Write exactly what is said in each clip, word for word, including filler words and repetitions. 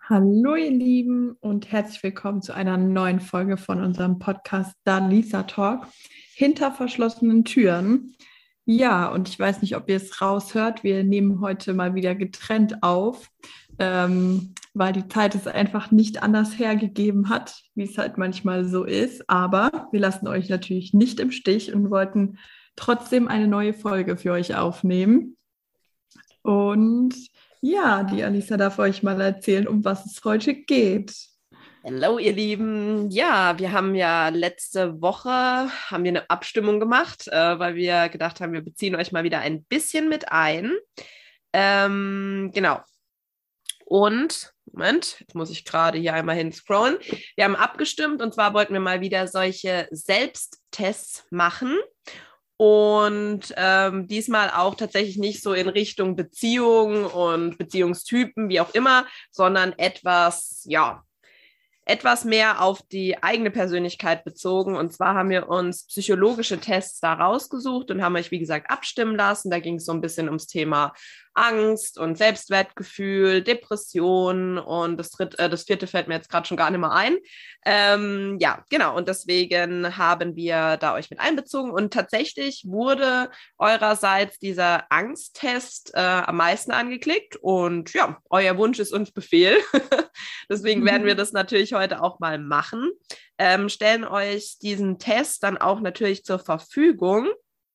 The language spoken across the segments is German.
Hallo ihr Lieben und herzlich willkommen zu einer neuen Folge von unserem Podcast Danisa Talk hinter verschlossenen Türen. Ja, und ich weiß nicht, ob ihr es raushört, wir nehmen heute mal wieder getrennt auf, ähm, weil die Zeit es einfach nicht anders hergegeben hat, wie es halt manchmal so ist. Aber wir lassen euch natürlich nicht im Stich und wollten trotzdem eine neue Folge für euch aufnehmen. Und ja, die Alisa darf euch mal erzählen, um was es heute geht. Hallo ihr Lieben. Ja, wir haben ja letzte Woche haben wir eine Abstimmung gemacht, äh, weil wir gedacht haben, wir beziehen euch mal wieder ein bisschen mit ein. Ähm, genau. Und, Moment, jetzt muss ich gerade hier einmal hinscrollen. Wir haben abgestimmt und zwar wollten wir mal wieder solche Selbsttests machen. Und ähm, diesmal auch tatsächlich nicht so in Richtung Beziehung und Beziehungstypen, wie auch immer, sondern etwas, ja, etwas mehr auf die eigene Persönlichkeit bezogen. Und zwar haben wir uns psychologische Tests da rausgesucht und haben euch, wie gesagt, abstimmen lassen. Da ging es so ein bisschen ums Thema Angst und Selbstwertgefühl, Depression und das, dritte, äh, das vierte fällt mir jetzt gerade schon gar nicht mehr ein. Ähm, ja, genau. Und deswegen haben wir da euch mit einbezogen. Und tatsächlich wurde eurerseits dieser Angsttest äh, am meisten angeklickt. Und ja, euer Wunsch ist uns Befehl. Deswegen werden wir das natürlich heute auch mal machen. Ähm, stellen euch diesen Test dann auch natürlich zur Verfügung.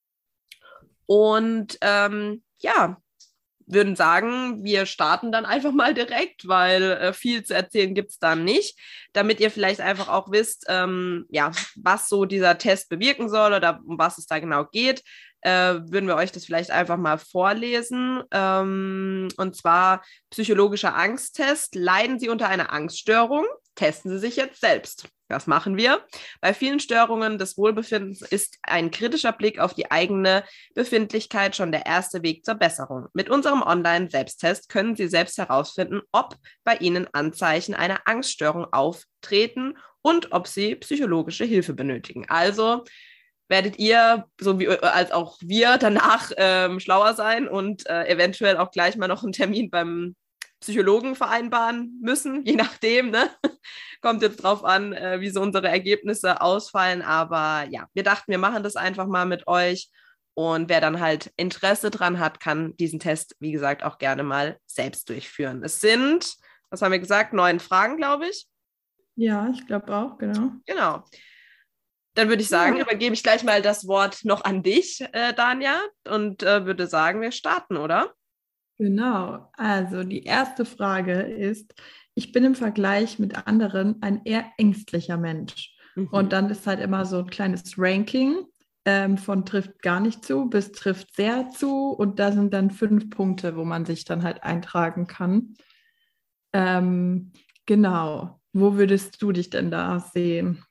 Und ähm, ja, würden sagen, wir starten dann einfach mal direkt, weil äh, viel zu erzählen gibt es da nicht, damit ihr vielleicht einfach auch wisst, ähm, ja, was so dieser Test bewirken soll oder um was es da genau geht, äh, würden wir euch das vielleicht einfach mal vorlesen. Ähm, und zwar psychologischer Angsttest. Leiden Sie unter einer Angststörung? Testen Sie sich jetzt selbst. Das machen wir. Bei vielen Störungen des Wohlbefindens ist ein kritischer Blick auf die eigene Befindlichkeit schon der erste Weg zur Besserung. Mit unserem Online-Selbsttest können Sie selbst herausfinden, ob bei Ihnen Anzeichen einer Angststörung auftreten und ob Sie psychologische Hilfe benötigen. Also werdet ihr, so wie als auch wir, danach ähm, schlauer sein und äh, eventuell auch gleich mal noch einen Termin beim Psychologen vereinbaren müssen, je nachdem, ne? Kommt jetzt drauf an, äh, wie so unsere Ergebnisse ausfallen. Aber ja, wir dachten, wir machen das einfach mal mit euch. Und wer dann halt Interesse dran hat, kann diesen Test, wie gesagt, auch gerne mal selbst durchführen. Es sind, was haben wir gesagt, neun Fragen, glaube ich. Ja, ich glaube auch, genau. Genau. Dann würde ich sagen, Ja, übergebe ich gleich mal das Wort noch an dich, äh, Danja, und äh, würde sagen, wir starten, oder? genau. Also die erste Frage ist, ich bin im Vergleich mit anderen ein eher ängstlicher Mensch. Und Mhm. dann ist halt immer so ein kleines Ranking ähm, von trifft gar nicht zu bis trifft sehr zu. Und da sind dann fünf Punkte, wo man sich dann halt eintragen kann. Ähm, genau. Wo würdest du dich denn da sehen?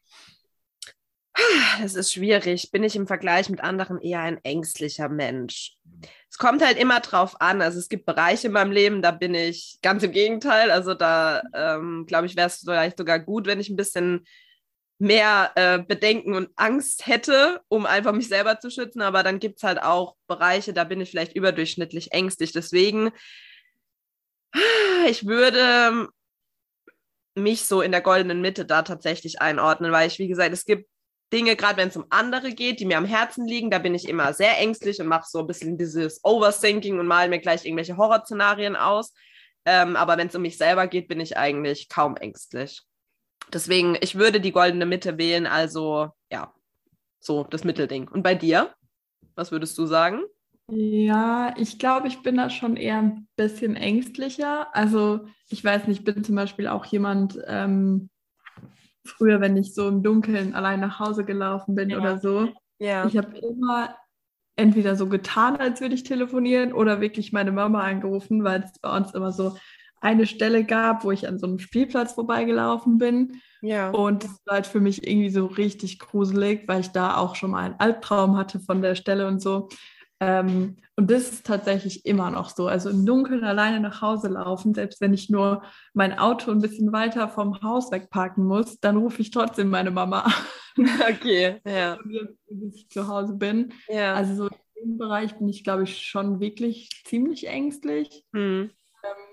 Es ist schwierig. Bin ich im Vergleich mit anderen eher ein ängstlicher Mensch? Es kommt halt immer drauf an. Also es gibt Bereiche in meinem Leben, da bin ich ganz im Gegenteil. Also da ähm, glaube ich, wäre es vielleicht sogar gut, wenn ich ein bisschen mehr äh, Bedenken und Angst hätte, um einfach mich selber zu schützen. Aber dann gibt es halt auch Bereiche, da bin ich vielleicht überdurchschnittlich ängstlich. Deswegen, ich würde mich so in der goldenen Mitte da tatsächlich einordnen, weil ich, wie gesagt, es gibt Dinge, gerade wenn es um andere geht, die mir am Herzen liegen, da bin ich immer sehr ängstlich und mache so ein bisschen dieses Overthinking und male mir gleich irgendwelche Horrorszenarien aus. Ähm, aber wenn es um mich selber geht, bin ich eigentlich kaum ängstlich. Deswegen, ich würde die goldene Mitte wählen, also ja, so das Mittelding. Und bei dir? Was würdest du sagen? Ja, ich glaube, ich bin da schon eher ein bisschen ängstlicher. Also ich weiß nicht, ich bin zum Beispiel auch jemand, ähm, früher, wenn ich so im Dunkeln allein nach Hause gelaufen bin oder Ja, so, ja. ich habe immer entweder so getan, als würde ich telefonieren oder wirklich meine Mama angerufen, weil es bei uns immer so eine Stelle gab, wo ich an so einem Spielplatz vorbeigelaufen bin. Ja. Und das war halt für mich irgendwie so richtig gruselig, weil ich da auch schon mal einen Albtraum hatte von der Stelle und so. Ähm, und das ist tatsächlich immer noch so. Also im Dunkeln alleine nach Hause laufen, selbst wenn ich nur mein Auto ein bisschen weiter vom Haus wegparken muss, dann rufe ich trotzdem meine Mama an, Okay, ja. bis ich zu Hause bin. Ja. Also so in dem Bereich bin ich, glaube ich, schon wirklich ziemlich ängstlich. Hm. Ähm,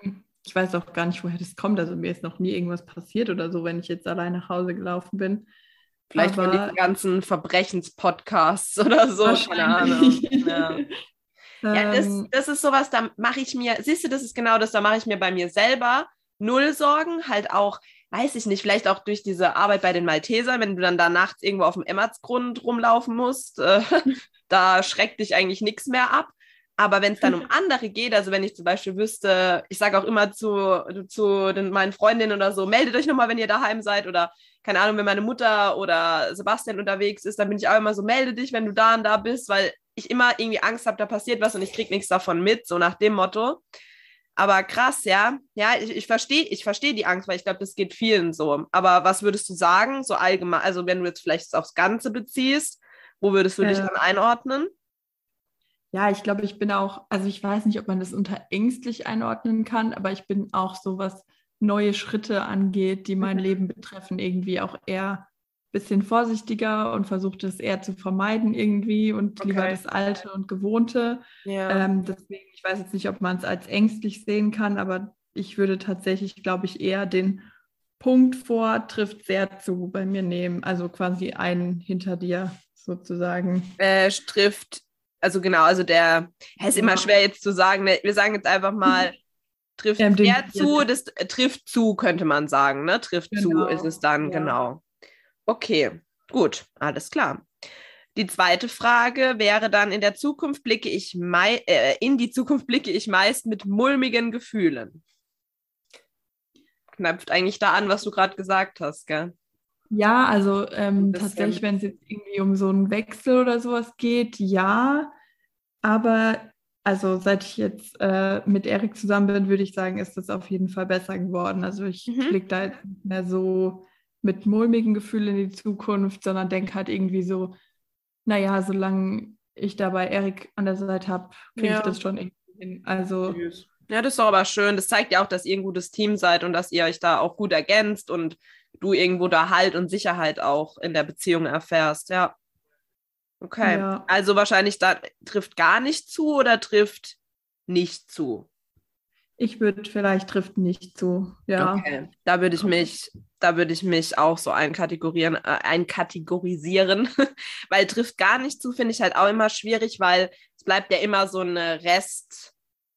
ich weiß auch gar nicht, woher das kommt. Also mir ist noch nie irgendwas passiert oder so, wenn ich jetzt allein nach Hause gelaufen bin. Vielleicht von Aber diesen ganzen Verbrechenspodcasts oder so, keine Ahnung. wahrscheinlich. Ja. Ja, das, ähm, das ist sowas, da mache ich mir, siehst du, das ist genau das, da mache ich mir bei mir selber null Sorgen, halt auch, weiß ich nicht, vielleicht auch durch diese Arbeit bei den Maltesern, wenn du dann da nachts irgendwo auf dem Emmertsgrund rumlaufen musst, äh, da schreckt dich eigentlich nichts mehr ab. Aber wenn es dann um andere geht, also wenn ich zum Beispiel wüsste, ich sage auch immer zu, zu den, meinen Freundinnen oder so, meldet euch nochmal, wenn ihr daheim seid oder keine Ahnung, wenn meine Mutter oder Sebastian unterwegs ist, dann bin ich auch immer so, melde dich, wenn du da und da bist, weil ich immer irgendwie Angst habe, da passiert was und ich kriege nichts davon mit, so nach dem Motto. Aber krass, ja. Ja, ich, ich verstehe ich versteh die Angst, weil ich glaube, das geht vielen so. Aber was würdest du sagen, so allgemein, also wenn du jetzt vielleicht aufs Ganze beziehst, wo würdest du dich äh, dann einordnen? ja, ich glaube, ich bin auch, also ich weiß nicht, ob man das unter ängstlich einordnen kann, aber ich bin auch so, was neue Schritte angeht, die mein Mhm. Leben betreffen, irgendwie auch eher ein bisschen vorsichtiger und versuche das eher zu vermeiden irgendwie und lieber Okay. das Alte und Gewohnte. Ja. Ähm, deswegen, ich weiß jetzt nicht, ob man es als ängstlich sehen kann, aber ich würde tatsächlich, glaube ich, eher den Punkt vor, trifft sehr zu bei mir nehmen. Also quasi einen hinter dir sozusagen. Äh, trifft, also genau, also der, ja, ist immer Ja. schwer jetzt zu sagen, ne? Wir sagen jetzt einfach mal, trifft Ähm, den sehr zu, das äh, trifft zu, könnte man sagen, ne? Trifft zu ist Genau, es dann, ja. genau. Okay, gut, alles klar. Die zweite Frage wäre dann, in der Zukunft blicke ich mei äh, in die Zukunft blicke ich meist mit mulmigen Gefühlen. Knüpft eigentlich da an, was du gerade gesagt hast, gell? Ja, also Ein ähm, bisschen. tatsächlich, wenn es jetzt irgendwie um so einen Wechsel oder sowas geht, ja. Aber also seit ich jetzt äh, mit Erik zusammen bin, würde ich sagen, ist das auf jeden Fall besser geworden. Also ich Mhm. blicke da jetzt nicht mehr so mit mulmigen Gefühlen in die Zukunft, sondern denke halt irgendwie so, naja, solange ich da bei Erik an der Seite habe, kriege ich Ja. das schon irgendwie hin. Also Süß. Ja, das ist doch aber schön. Das zeigt ja auch, dass ihr ein gutes Team seid und dass ihr euch da auch gut ergänzt und du irgendwo da Halt und Sicherheit auch in der Beziehung erfährst. Ja, okay. ja, Also wahrscheinlich da trifft gar nicht zu oder trifft nicht zu. ich würde vielleicht trifft nicht zu. Ja. Okay, da würde ich mich, da würde ich mich auch so einkategorieren, äh, einkategorisieren, weil trifft gar nicht zu, finde ich halt auch immer schwierig, weil es bleibt ja immer so eine Rest,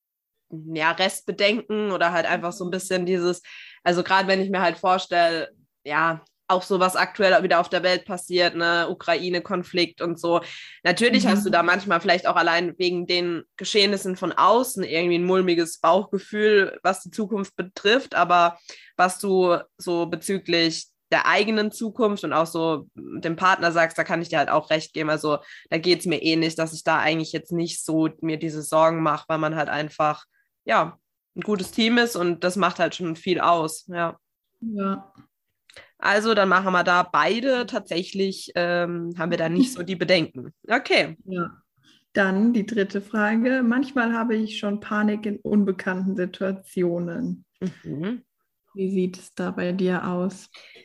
ja, Restbedenken oder halt einfach so ein bisschen dieses, also gerade wenn ich mir halt vorstelle, ja, auch so was aktuell wieder auf der Welt passiert, ne, Ukraine-Konflikt und so. Natürlich hast du Mhm. da manchmal vielleicht auch allein wegen den Geschehnissen von außen irgendwie ein mulmiges Bauchgefühl, was die Zukunft betrifft, aber was du so bezüglich der eigenen Zukunft und auch so dem Partner sagst, da kann ich dir halt auch recht geben. Also da geht es mir eh nicht, dass ich da eigentlich jetzt nicht so mir diese Sorgen mache, weil man halt einfach ja, ein gutes Team ist und das macht halt schon viel aus, ja. Ja. Also dann machen wir da beide tatsächlich, ähm, haben wir da nicht so die Bedenken. Okay. Ja. Dann die dritte Frage. Manchmal habe ich schon Panik in unbekannten Situationen. Mhm. Wie sieht es da bei dir aus?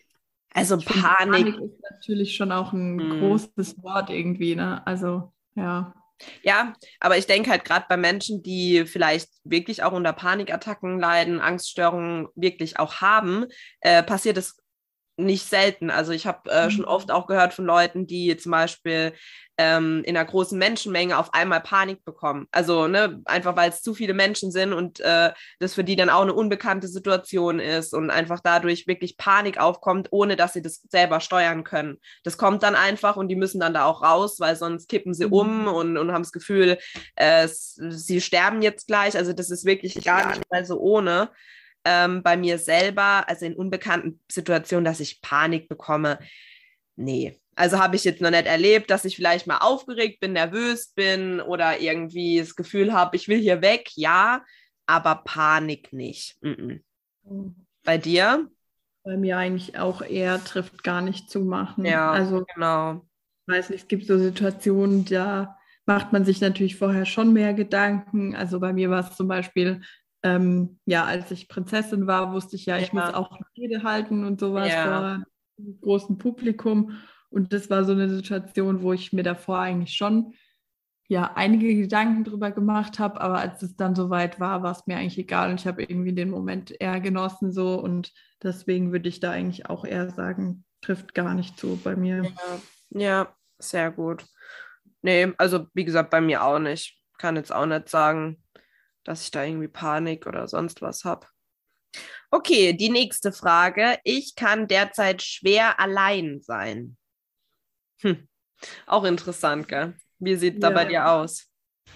Also Ich finde, Panik. Panik ist natürlich schon auch ein Mh. großes Wort irgendwie, ne? Also, ja. Ja, aber ich denke halt gerade bei Menschen, die vielleicht wirklich auch unter Panikattacken leiden, Angststörungen wirklich auch haben, äh, passiert es nicht selten. Also ich habe äh, schon oft auch gehört von Leuten, die zum Beispiel ähm, in einer großen Menschenmenge auf einmal Panik bekommen. Also ne, einfach weil es zu viele Menschen sind und äh, das für die dann auch eine unbekannte Situation ist und einfach dadurch wirklich Panik aufkommt, ohne dass sie das selber steuern können. Das kommt dann einfach und die müssen dann da auch raus, weil sonst kippen sie um und, und haben das Gefühl, äh, s- sie sterben jetzt gleich. Also das ist wirklich gar nicht mal so ohne. Ähm, bei mir selber, also in unbekannten Situationen, dass ich Panik bekomme, nee. Also habe ich jetzt noch nicht erlebt, dass ich vielleicht mal aufgeregt bin, nervös bin oder irgendwie das Gefühl habe, ich will hier weg, ja, aber Panik nicht. Mm-mm. Bei dir? Bei mir eigentlich auch eher trifft gar nicht zu machen. Ja, Also, genau. ich weiß nicht, es gibt so Situationen, da macht man sich natürlich vorher schon mehr Gedanken. Also bei mir war es zum Beispiel, ähm, ja, als ich Prinzessin war, wusste ich ja, ich muss Ja, auch eine Rede halten und sowas vor ja, einem großen Publikum. Und das war so eine Situation, wo ich mir davor eigentlich schon ja einige Gedanken drüber gemacht habe, aber als es dann soweit war, war es mir eigentlich egal und ich habe irgendwie den Moment eher genossen so und deswegen würde ich da eigentlich auch eher sagen, trifft gar nicht zu bei mir. Ja, ja, sehr gut. Nee, also wie gesagt, bei mir auch nicht. Kann jetzt auch nicht sagen, dass ich da irgendwie Panik oder sonst was habe. Okay, die nächste Frage. Ich kann derzeit schwer allein sein. Hm, auch interessant, gell? Wie sieht da bei Ja. dir aus?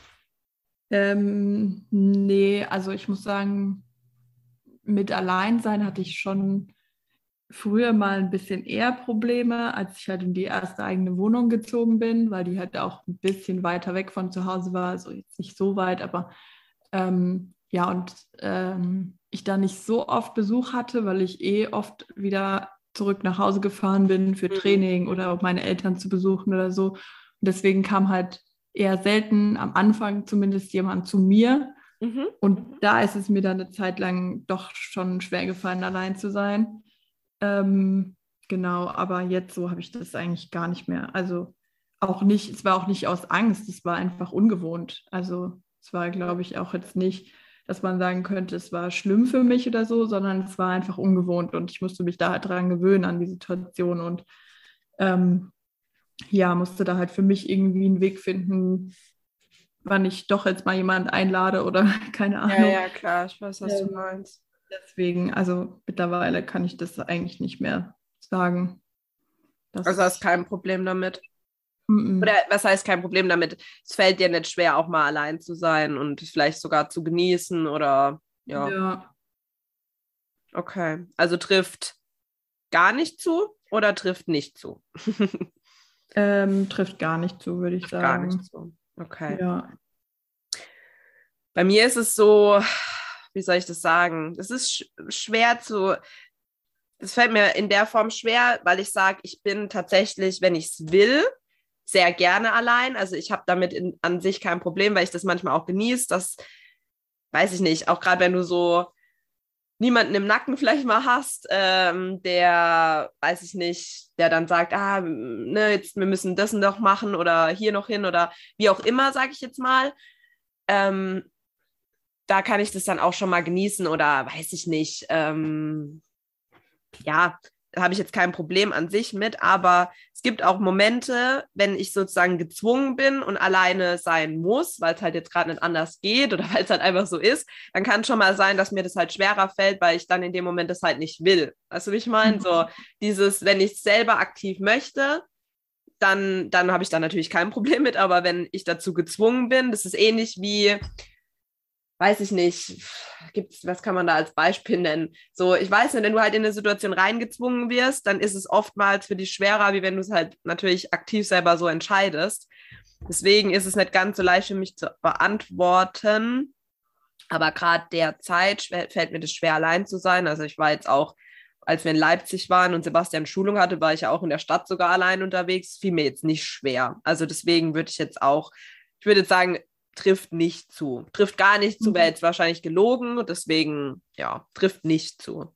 Ähm, nee, also ich muss sagen, mit Alleinsein hatte ich schon früher mal ein bisschen eher Probleme, als ich halt in die erste eigene Wohnung gezogen bin, weil die halt auch ein bisschen weiter weg von zu Hause war, also jetzt nicht so weit, aber ähm, ja, und ähm, ich da nicht so oft Besuch hatte, weil ich eh oft wieder zurück nach Hause gefahren bin für Mhm. Training oder um meine Eltern zu besuchen oder so. Und deswegen kam halt eher selten am Anfang zumindest jemand zu mir. Mhm. Und da ist es mir dann eine Zeit lang doch schon schwer gefallen, allein zu sein. Ähm, genau, aber jetzt so habe ich das eigentlich gar nicht mehr. Also auch nicht, es war auch nicht aus Angst, es war einfach ungewohnt. Also es war, glaube ich, auch jetzt nicht, dass man sagen könnte, es war schlimm für mich oder so, sondern es war einfach ungewohnt und ich musste mich da halt dran gewöhnen an die Situation und ähm, ja, musste da halt für mich irgendwie einen Weg finden, wann ich doch jetzt mal jemand einlade oder keine Ja, Ahnung. ja, klar, ich weiß, was du Ähm, meinst. deswegen, also mittlerweile kann ich das eigentlich nicht mehr sagen. Das Also hast ist. kein Problem damit. Oder Mm, was heißt kein Problem damit? Es fällt dir nicht schwer, auch mal allein zu sein und es vielleicht sogar zu genießen oder ja, ja, okay. Also trifft gar nicht zu oder trifft nicht zu? ähm, trifft gar nicht zu, würde ich Trifft gar nicht sagen. zu. Okay. Ja. Bei mir ist es so, wie soll ich das sagen? Es ist sch schwer zu, es fällt mir in der Form schwer, weil ich sage, ich bin tatsächlich, wenn ich es will, sehr gerne allein. Also ich habe damit in, an sich kein Problem, weil ich das manchmal auch genieße. Das weiß ich nicht, auch gerade wenn du so niemanden im Nacken vielleicht mal hast, ähm, der, weiß ich nicht, der dann sagt, ah, ne, jetzt, wir müssen das noch machen oder hier noch hin oder wie auch immer, sage ich jetzt mal. Ähm, Da kann ich das dann auch schon mal genießen oder weiß ich nicht. Ähm, ja, da habe ich jetzt kein Problem an sich mit, aber es gibt auch Momente, wenn ich sozusagen gezwungen bin und alleine sein muss, weil es halt jetzt gerade nicht anders geht oder weil es halt einfach so ist, dann kann es schon mal sein, dass mir das halt schwerer fällt, weil ich dann in dem Moment das halt nicht will. Weißt du, wie ich meine? So Mhm. dieses, wenn ich es selber aktiv möchte, dann, dann habe ich da natürlich kein Problem mit, aber wenn ich dazu gezwungen bin, das ist ähnlich wie, weiß ich nicht, gibt's, was kann man da als Beispiel nennen? So, ich weiß nicht, wenn du halt in eine Situation reingezwungen wirst, dann ist es oftmals für dich schwerer, wie wenn du es halt natürlich aktiv selber so entscheidest. Deswegen ist es nicht ganz so leicht für mich zu beantworten. Aber gerade derzeit fällt mir das schwer, allein zu sein. Also ich war jetzt auch, als wir in Leipzig waren und Sebastian Schulung hatte, war ich ja auch in der Stadt sogar allein unterwegs. Fiel mir jetzt nicht schwer. Also deswegen würde ich jetzt auch, ich würde jetzt sagen, trifft nicht zu. Trifft gar nicht zu, wäre Mhm. jetzt wahrscheinlich gelogen. Deswegen, ja, trifft nicht zu.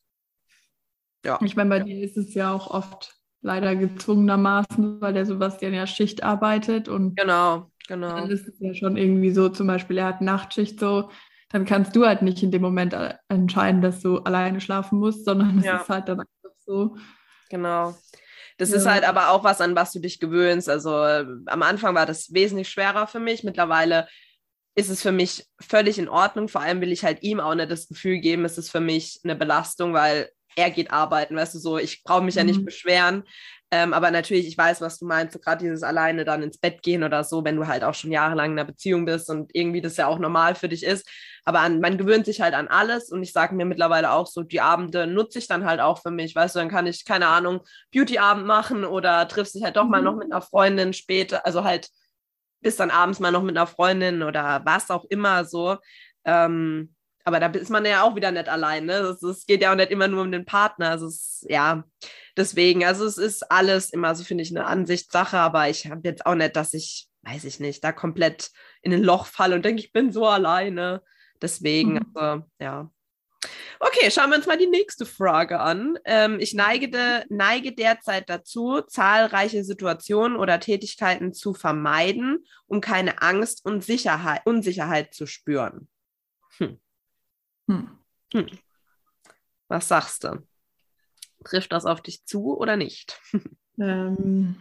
Ja, Ich meine, bei dir ist es ja auch oft leider gezwungenermaßen, weil der Sebastian ja Schicht arbeitet und genau, dann genau. ist es ja schon irgendwie so, zum Beispiel, er hat Nachtschicht so, dann kannst du halt nicht in dem Moment äh, entscheiden, dass du alleine schlafen musst, sondern es ist Ja, halt dann einfach so. genau. Das ist halt Ja. aber auch was, an was du dich gewöhnst. Also äh, am Anfang war das wesentlich schwerer für mich. Mittlerweile ist es für mich völlig in Ordnung. Vor allem will ich halt ihm auch nicht das Gefühl geben, es ist für mich eine Belastung, weil er geht arbeiten, weißt du, so, ich brauche mich ja nicht Mhm. beschweren. Ähm, aber natürlich, ich weiß, was du meinst, so gerade dieses alleine dann ins Bett gehen oder so, wenn du halt auch schon jahrelang in einer Beziehung bist und irgendwie das ja auch normal für dich ist. Aber an, man gewöhnt sich halt an alles und ich sage mir mittlerweile auch so, die Abende nutze ich dann halt auch für mich, weißt du, dann kann ich, keine Ahnung, Beauty-Abend machen oder triffst dich halt doch mal noch mit Mhm. einer Freundin später, also halt bist dann abends mal noch mit einer Freundin oder was auch immer so. Ähm, aber da ist man ja auch wieder nicht allein. Ne? Es, es geht ja auch nicht immer nur um den Partner. Also es, ja, deswegen, also es ist alles immer so, finde ich, eine Ansichtssache, aber ich habe jetzt auch nicht, dass ich, weiß ich nicht, da komplett in ein Loch falle und denke, ich bin so alleine. Deswegen, Mhm. also, ja. Okay, schauen wir uns mal die nächste Frage an. Ähm, ich neige, de, neige derzeit dazu, zahlreiche Situationen oder Tätigkeiten zu vermeiden, um keine Angst und Sicherheit, Unsicherheit zu spüren. Hm. Hm. Hm. Was sagst du? Trifft das auf dich zu oder nicht? Ähm,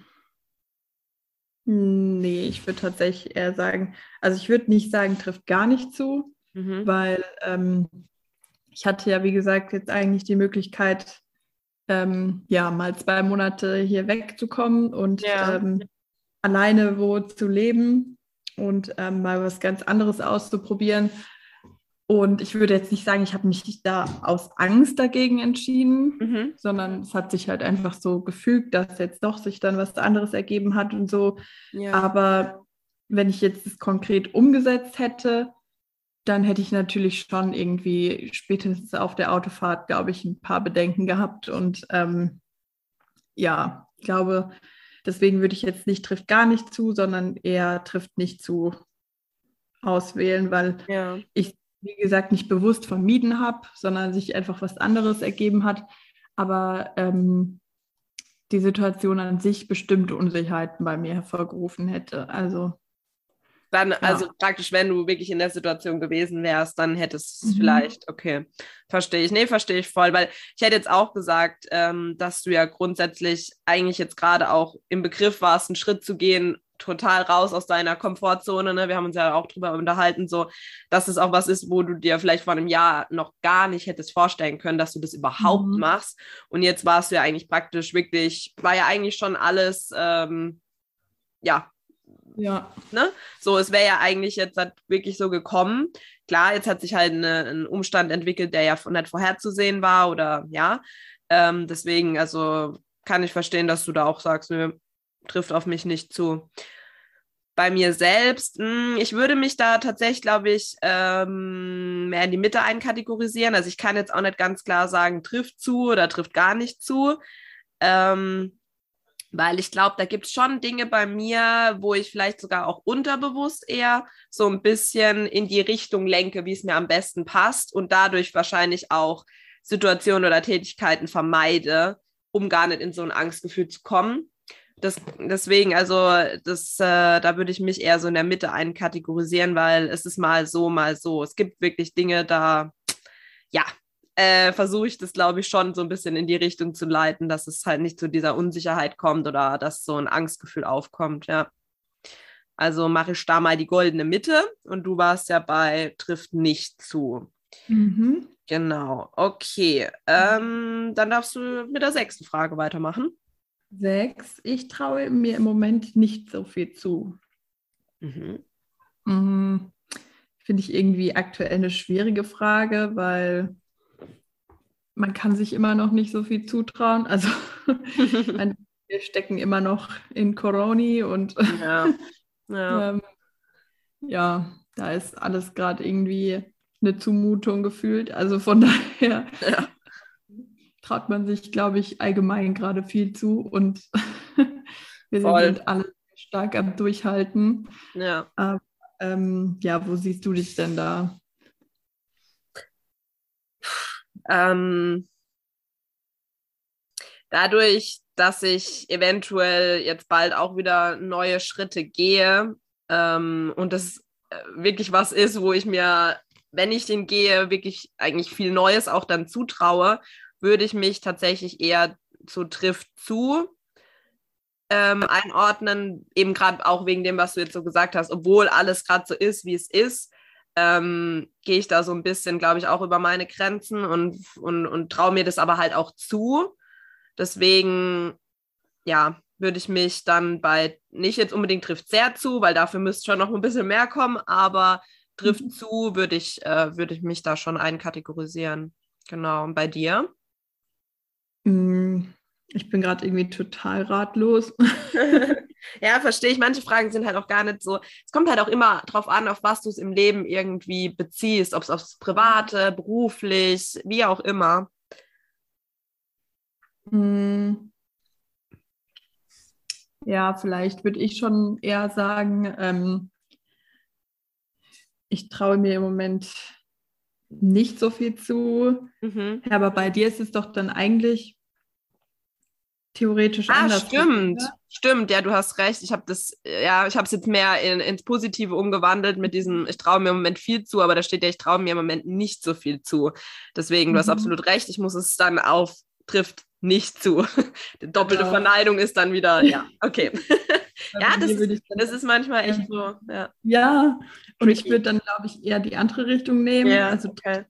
nee, ich würde tatsächlich eher sagen, also ich würde nicht sagen, trifft gar nicht zu, Mhm. weil ähm, ich hatte ja, wie gesagt, jetzt eigentlich die Möglichkeit, ähm, ja, mal zwei Monate hier wegzukommen und Ja. ähm, alleine wo zu leben und ähm, mal was ganz anderes auszuprobieren. Und ich würde jetzt nicht sagen, ich habe mich da aus Angst dagegen entschieden, Mhm. sondern es hat sich halt einfach so gefügt, dass jetzt doch sich dann was anderes ergeben hat und so. Ja. Aber wenn ich jetzt es konkret umgesetzt hätte, dann hätte ich natürlich schon irgendwie spätestens auf der Autofahrt, glaube ich, ein paar Bedenken gehabt. Und ähm, ja, ich glaube, deswegen würde ich jetzt nicht trifft gar nicht zu, sondern eher trifft nicht zu auswählen, weil Ja. ich, wie gesagt, nicht bewusst vermieden habe, sondern sich einfach was anderes ergeben hat. Aber ähm, die Situation an sich bestimmte Unsicherheiten bei mir hervorgerufen hätte. Also, Dann, also ja. praktisch, wenn du wirklich in der Situation gewesen wärst, dann hättest du es Mhm. vielleicht, okay, verstehe ich. Nee, verstehe ich voll, weil ich hätte jetzt auch gesagt, ähm, dass du ja grundsätzlich eigentlich jetzt gerade auch im Begriff warst, einen Schritt zu gehen, total raus aus deiner Komfortzone. Ne? Wir haben uns ja auch drüber unterhalten, so, dass es auch was ist, wo du dir vielleicht vor einem Jahr noch gar nicht hättest vorstellen können, dass du das überhaupt Mhm. machst. Und jetzt warst du ja eigentlich praktisch wirklich, war ja eigentlich schon alles, ähm, ja, Ja. ne? So, es wäre ja eigentlich jetzt halt wirklich so gekommen. Klar, jetzt hat sich halt eine, ein Umstand entwickelt, der ja nicht vorherzusehen war oder ja. Ähm, deswegen, also kann ich verstehen, dass du da auch sagst, nö, trifft auf mich nicht zu. Bei mir selbst, mh, ich würde mich da tatsächlich, glaube ich, ähm, mehr in die Mitte einkategorisieren. Also ich kann jetzt auch nicht ganz klar sagen, trifft zu oder trifft gar nicht zu. Ähm, weil ich glaube, da gibt es schon Dinge bei mir, wo ich vielleicht sogar auch unterbewusst eher so ein bisschen in die Richtung lenke, wie es mir am besten passt und dadurch wahrscheinlich auch Situationen oder Tätigkeiten vermeide, um gar nicht in so ein Angstgefühl zu kommen. Das, deswegen, also das, äh, da würde ich mich eher so in der Mitte einkategorisieren, weil es ist mal so, mal so. Es gibt wirklich Dinge, da, ja, äh, versuche ich das, glaube ich, schon so ein bisschen in die Richtung zu leiten, dass es halt nicht zu dieser Unsicherheit kommt oder dass so ein Angstgefühl aufkommt, ja. Also mache ich da mal die goldene Mitte und du warst ja bei trifft nicht zu. Mhm. Genau, okay. Ähm, dann darfst du mit der sechsten Frage weitermachen. Sechs. Ich traue mir im Moment nicht so viel zu. Mhm. Mhm. Finde ich irgendwie aktuell eine schwierige Frage, weil man kann sich immer noch nicht so viel zutrauen. Also man, wir stecken immer noch in Corona und Ja, ja, ähm, ja, da ist alles gerade irgendwie eine Zumutung gefühlt. Also von daher ja, traut man sich, glaube ich, allgemein gerade viel zu und wir voll. sind alle stark am Durchhalten. Ja. Aber, ähm, ja, wo siehst du dich denn da? Ähm, dadurch, dass ich eventuell jetzt bald auch wieder neue Schritte gehe ähm, und das äh, wirklich was ist, wo ich mir, wenn ich den gehe, wirklich eigentlich viel Neues auch dann zutraue, würde ich mich tatsächlich eher zu trifft zu ähm, einordnen, eben gerade auch wegen dem, was du jetzt so gesagt hast, obwohl alles gerade so ist, wie es ist, ähm, gehe ich da so ein bisschen, glaube ich, auch über meine Grenzen und, und, und traue mir das aber halt auch zu. Deswegen, ja, würde ich mich dann bei, nicht jetzt unbedingt trifft sehr zu, weil dafür müsste schon noch ein bisschen mehr kommen, aber trifft zu, würde ich, äh, würde ich mich da schon einkategorisieren. Genau. Und bei dir? Mm, Ich bin gerade irgendwie total ratlos. Ja, verstehe ich. Manche Fragen sind halt auch gar nicht so. Es kommt halt auch immer drauf an, auf was du es im Leben irgendwie beziehst, ob es aufs Private, beruflich, wie auch immer. Mm, Ja, vielleicht würde ich schon eher sagen, ähm, ich traue mir im Moment nicht so viel zu. Mhm. Ja, aber bei dir ist es doch dann eigentlich theoretisch Ah, andersrum, stimmt. oder? Stimmt, ja, du hast recht. Ich habe das, ja, ich habe es jetzt mehr in, ins Positive umgewandelt mit diesem, ich traue mir im Moment viel zu, aber da steht ja, ich traue mir im Moment nicht so viel zu. Deswegen, du hast Mhm. absolut recht, ich muss es dann auf trifft nicht zu. Die doppelte Genau. Verneinung ist dann wieder, ja, okay. Weil Ja, bei das mir ist, würde ich dann das ist manchmal echt eher so, so, ja, ja, und ich tricky. würde dann, glaube ich, eher die andere Richtung nehmen. Ja, Also okay.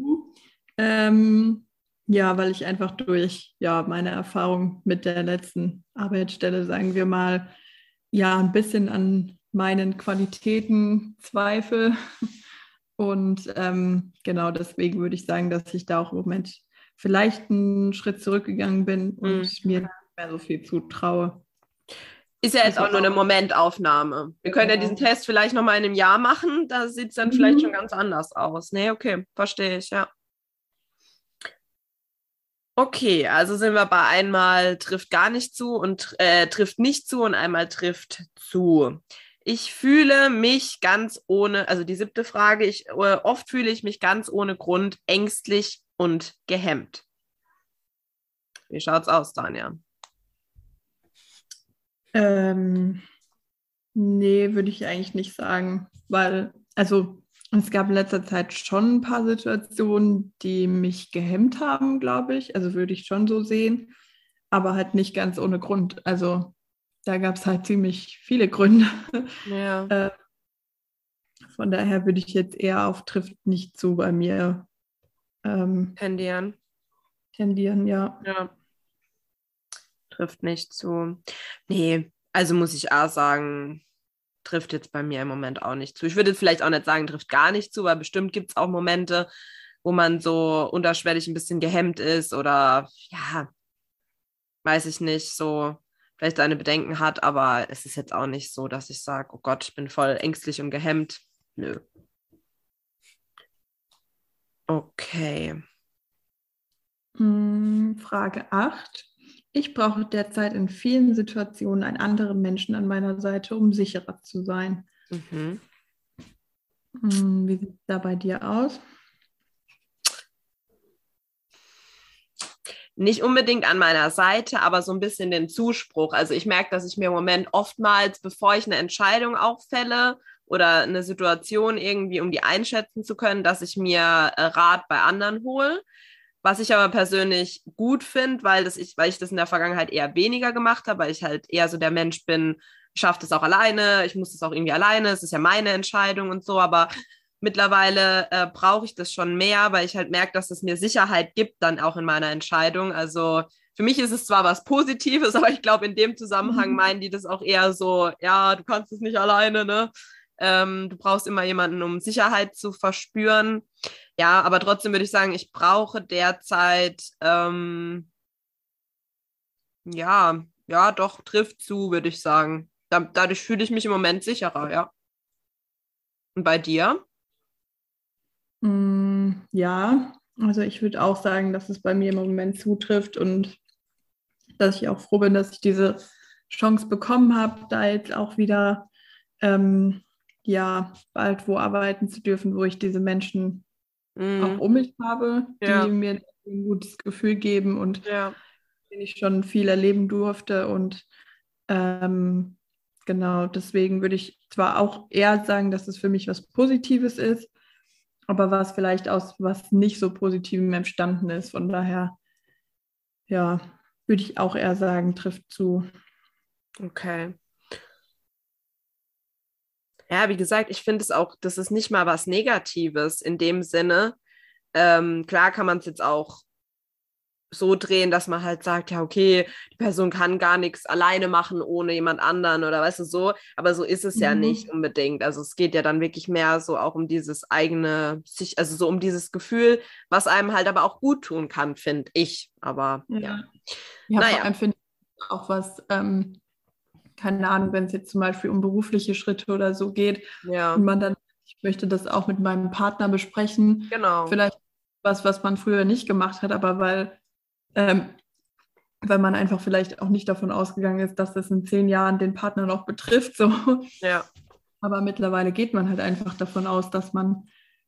ähm, ja, weil ich einfach durch ja, meine Erfahrung mit der letzten Arbeitsstelle, sagen wir mal, ja, ein bisschen an meinen Qualitäten zweifle. Und ähm, genau deswegen würde ich sagen, dass ich da auch im Moment vielleicht einen Schritt zurückgegangen bin Hm. und mir nicht mehr so viel zutraue. Ist ja jetzt Also auch nur eine auch, Momentaufnahme. Wir können ja diesen genau. Test vielleicht nochmal in einem Jahr machen, da sieht es dann vielleicht schon Mhm. ganz anders aus. Nee, okay, verstehe ich, ja. Okay, also sind wir bei einmal trifft gar nicht zu und äh, trifft nicht zu und einmal trifft zu. Ich fühle mich ganz ohne, also die siebte Frage, ich, äh, oft fühle ich mich ganz ohne Grund ängstlich und gehemmt. Wie schaut's aus, Tanja? Ähm, Nee, würde ich eigentlich nicht sagen, weil, also es gab in letzter Zeit schon ein paar Situationen, die mich gehemmt haben, glaube ich. Also würde ich schon so sehen, aber halt nicht ganz ohne Grund. Also da gab es halt ziemlich viele Gründe. Ja, Äh, von daher würde ich jetzt eher auf trifft nicht zu bei mir ähm, tendieren. tendieren, ja. Ja, trifft nicht zu. Nee, also muss ich auch sagen, trifft jetzt bei mir im Moment auch nicht zu. Ich würde jetzt vielleicht auch nicht sagen, trifft gar nicht zu, weil bestimmt gibt es auch Momente, wo man so unterschwellig ein bisschen gehemmt ist oder ja, weiß ich nicht, so vielleicht seine Bedenken hat, aber es ist jetzt auch nicht so, dass ich sage, oh Gott, ich bin voll ängstlich und gehemmt. Nö. Okay. Hm, Frage acht. Ich brauche derzeit in vielen Situationen einen anderen Menschen an meiner Seite, um sicherer zu sein. Mhm. Hm, Wie sieht es da bei dir aus? Nicht unbedingt an meiner Seite, aber so ein bisschen den Zuspruch. Also ich merke, dass ich mir im Moment oftmals, bevor ich eine Entscheidung auch fälle oder eine Situation irgendwie, um die einschätzen zu können, dass ich mir äh, Rat bei anderen hole. Was ich aber persönlich gut finde, weil, das ich, weil ich das in der Vergangenheit eher weniger gemacht habe, weil ich halt eher so der Mensch bin, ich schaffe das auch alleine, ich muss das auch irgendwie alleine, es ist ja meine Entscheidung und so, aber mittlerweile äh, brauche ich das schon mehr, weil ich halt merke, dass es mir Sicherheit gibt dann auch in meiner Entscheidung. Also für mich ist es zwar was Positives, aber ich glaube, in dem Zusammenhang meinen die das auch eher so, ja, du kannst es nicht alleine, ne? Ähm, du brauchst immer jemanden, um Sicherheit zu verspüren. Ja, aber trotzdem würde ich sagen, ich brauche derzeit, ähm, ja, ja, doch, trifft zu, würde ich sagen. Da, dadurch fühle ich mich im Moment sicherer, ja. Und bei dir? Mm, ja, also ich würde auch sagen, dass es bei mir im Moment zutrifft und dass ich auch froh bin, dass ich diese Chance bekommen habe, da jetzt auch wieder ähm, ja, bald wo arbeiten zu dürfen, wo ich diese Menschen auch Mhm. um mich habe, die Ja, mir ein gutes Gefühl geben und ja. denen ich schon viel erleben durfte. Und ähm, genau, deswegen würde ich zwar auch eher sagen, dass es für mich was Positives ist, aber was vielleicht aus was nicht so Positivem entstanden ist. Von daher, ja, würde ich auch eher sagen, trifft zu. Okay. Ja, wie gesagt, ich finde es auch, das ist nicht mal was Negatives in dem Sinne. Ähm, klar kann man es jetzt auch so drehen, dass man halt sagt, ja, okay, die Person kann gar nichts alleine machen ohne jemand anderen oder weißt du so, aber so ist es ja nicht Mhm. unbedingt. Also es geht ja dann wirklich mehr so auch um dieses eigene, sich, also so um dieses Gefühl, was einem halt aber auch gut tun kann, finde ich. Aber ja, Ja. Ja, vor naja, allem finde ich auch was, ähm, keine Ahnung, wenn es jetzt zum Beispiel um berufliche Schritte oder so geht und ja, man dann, ich möchte das auch mit meinem Partner besprechen, genau. vielleicht was, was man früher nicht gemacht hat, aber weil, ähm, weil man einfach vielleicht auch nicht davon ausgegangen ist, dass das in zehn Jahren den Partner noch betrifft, so. Ja, Aber mittlerweile geht man halt einfach davon aus, dass man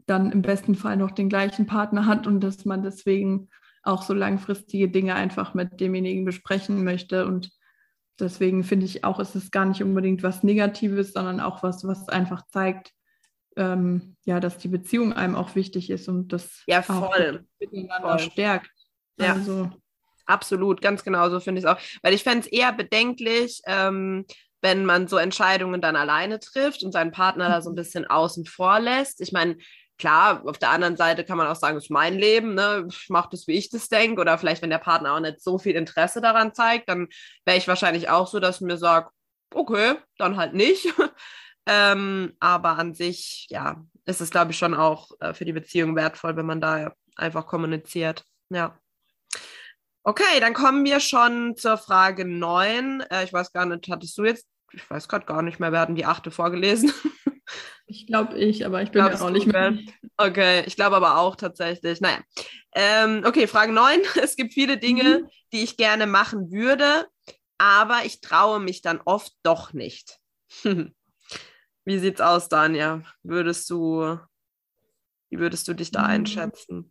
dann im besten Fall noch den gleichen Partner hat und dass man deswegen auch so langfristige Dinge einfach mit demjenigen besprechen möchte. Und deswegen finde ich auch, ist es gar nicht unbedingt was Negatives, sondern auch was, was einfach zeigt, ähm, ja, dass die Beziehung einem auch wichtig ist und das Ja, auch voll. miteinander Voll. stärkt. Ja. Also, Absolut, ganz genau so finde ich es auch. Weil ich fände es eher bedenklich, ähm, wenn man so Entscheidungen dann alleine trifft und seinen Partner da so ein bisschen außen vor lässt. Ich meine, klar, auf der anderen Seite kann man auch sagen, es ist mein Leben, ne? Ich mache das, wie ich das denke. Oder vielleicht, wenn der Partner auch nicht so viel Interesse daran zeigt, dann wäre ich wahrscheinlich auch so, dass ich mir sage, okay, dann halt nicht. ähm, aber an sich, ja, ist es, glaube ich, schon auch äh, für die Beziehung wertvoll, wenn man da einfach kommuniziert. Ja. Okay, dann kommen wir schon zur Frage neun. Äh, ich weiß gar nicht, hattest du jetzt, ich weiß gerade gar nicht mehr, wir hatten die achte vorgelesen. ich glaube ich, aber ich bin Glaubst mir auch du, nicht mehr. gell? Okay, ich glaube aber auch tatsächlich. Naja. Ähm, okay, Frage neun. Es gibt viele Dinge, Mhm. die ich gerne machen würde, aber ich traue mich dann oft doch nicht. Wie sieht's aus, Danja? Würdest du, wie würdest du dich da einschätzen?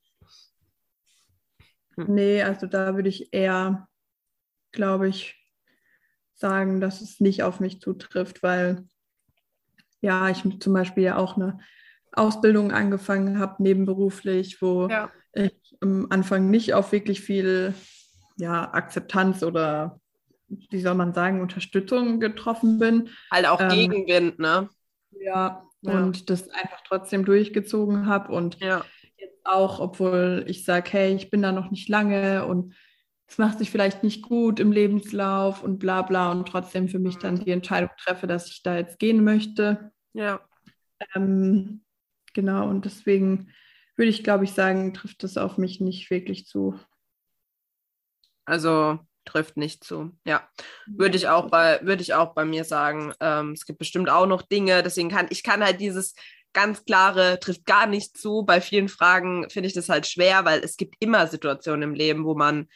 Nee, also da würde ich eher, glaube ich, sagen, dass es nicht auf mich zutrifft, weil ja, ich zum Beispiel ja auch eine Ausbildung angefangen habe, nebenberuflich, wo Ja. ich am Anfang nicht auf wirklich viel ja, Akzeptanz oder, wie soll man sagen, Unterstützung getroffen bin. Halt auch Ähm, Gegenwind, ne? ja, Ja. und das einfach trotzdem durchgezogen habe und Ja. jetzt auch, obwohl ich sage, hey, ich bin da noch nicht lange und es macht sich vielleicht nicht gut im Lebenslauf und bla bla und trotzdem für mich dann die Entscheidung treffe, dass ich da jetzt gehen möchte. Ja. Ähm, genau, und deswegen würde ich, glaube ich, sagen, trifft das auf mich nicht wirklich zu. Also trifft nicht zu. Ja, würde ich auch bei, würde ich auch bei mir sagen. Ähm, es gibt bestimmt auch noch Dinge, deswegen kann ich kann halt dieses ganz klare trifft gar nicht zu. Bei vielen Fragen finde ich das halt schwer, weil es gibt immer Situationen im Leben, wo man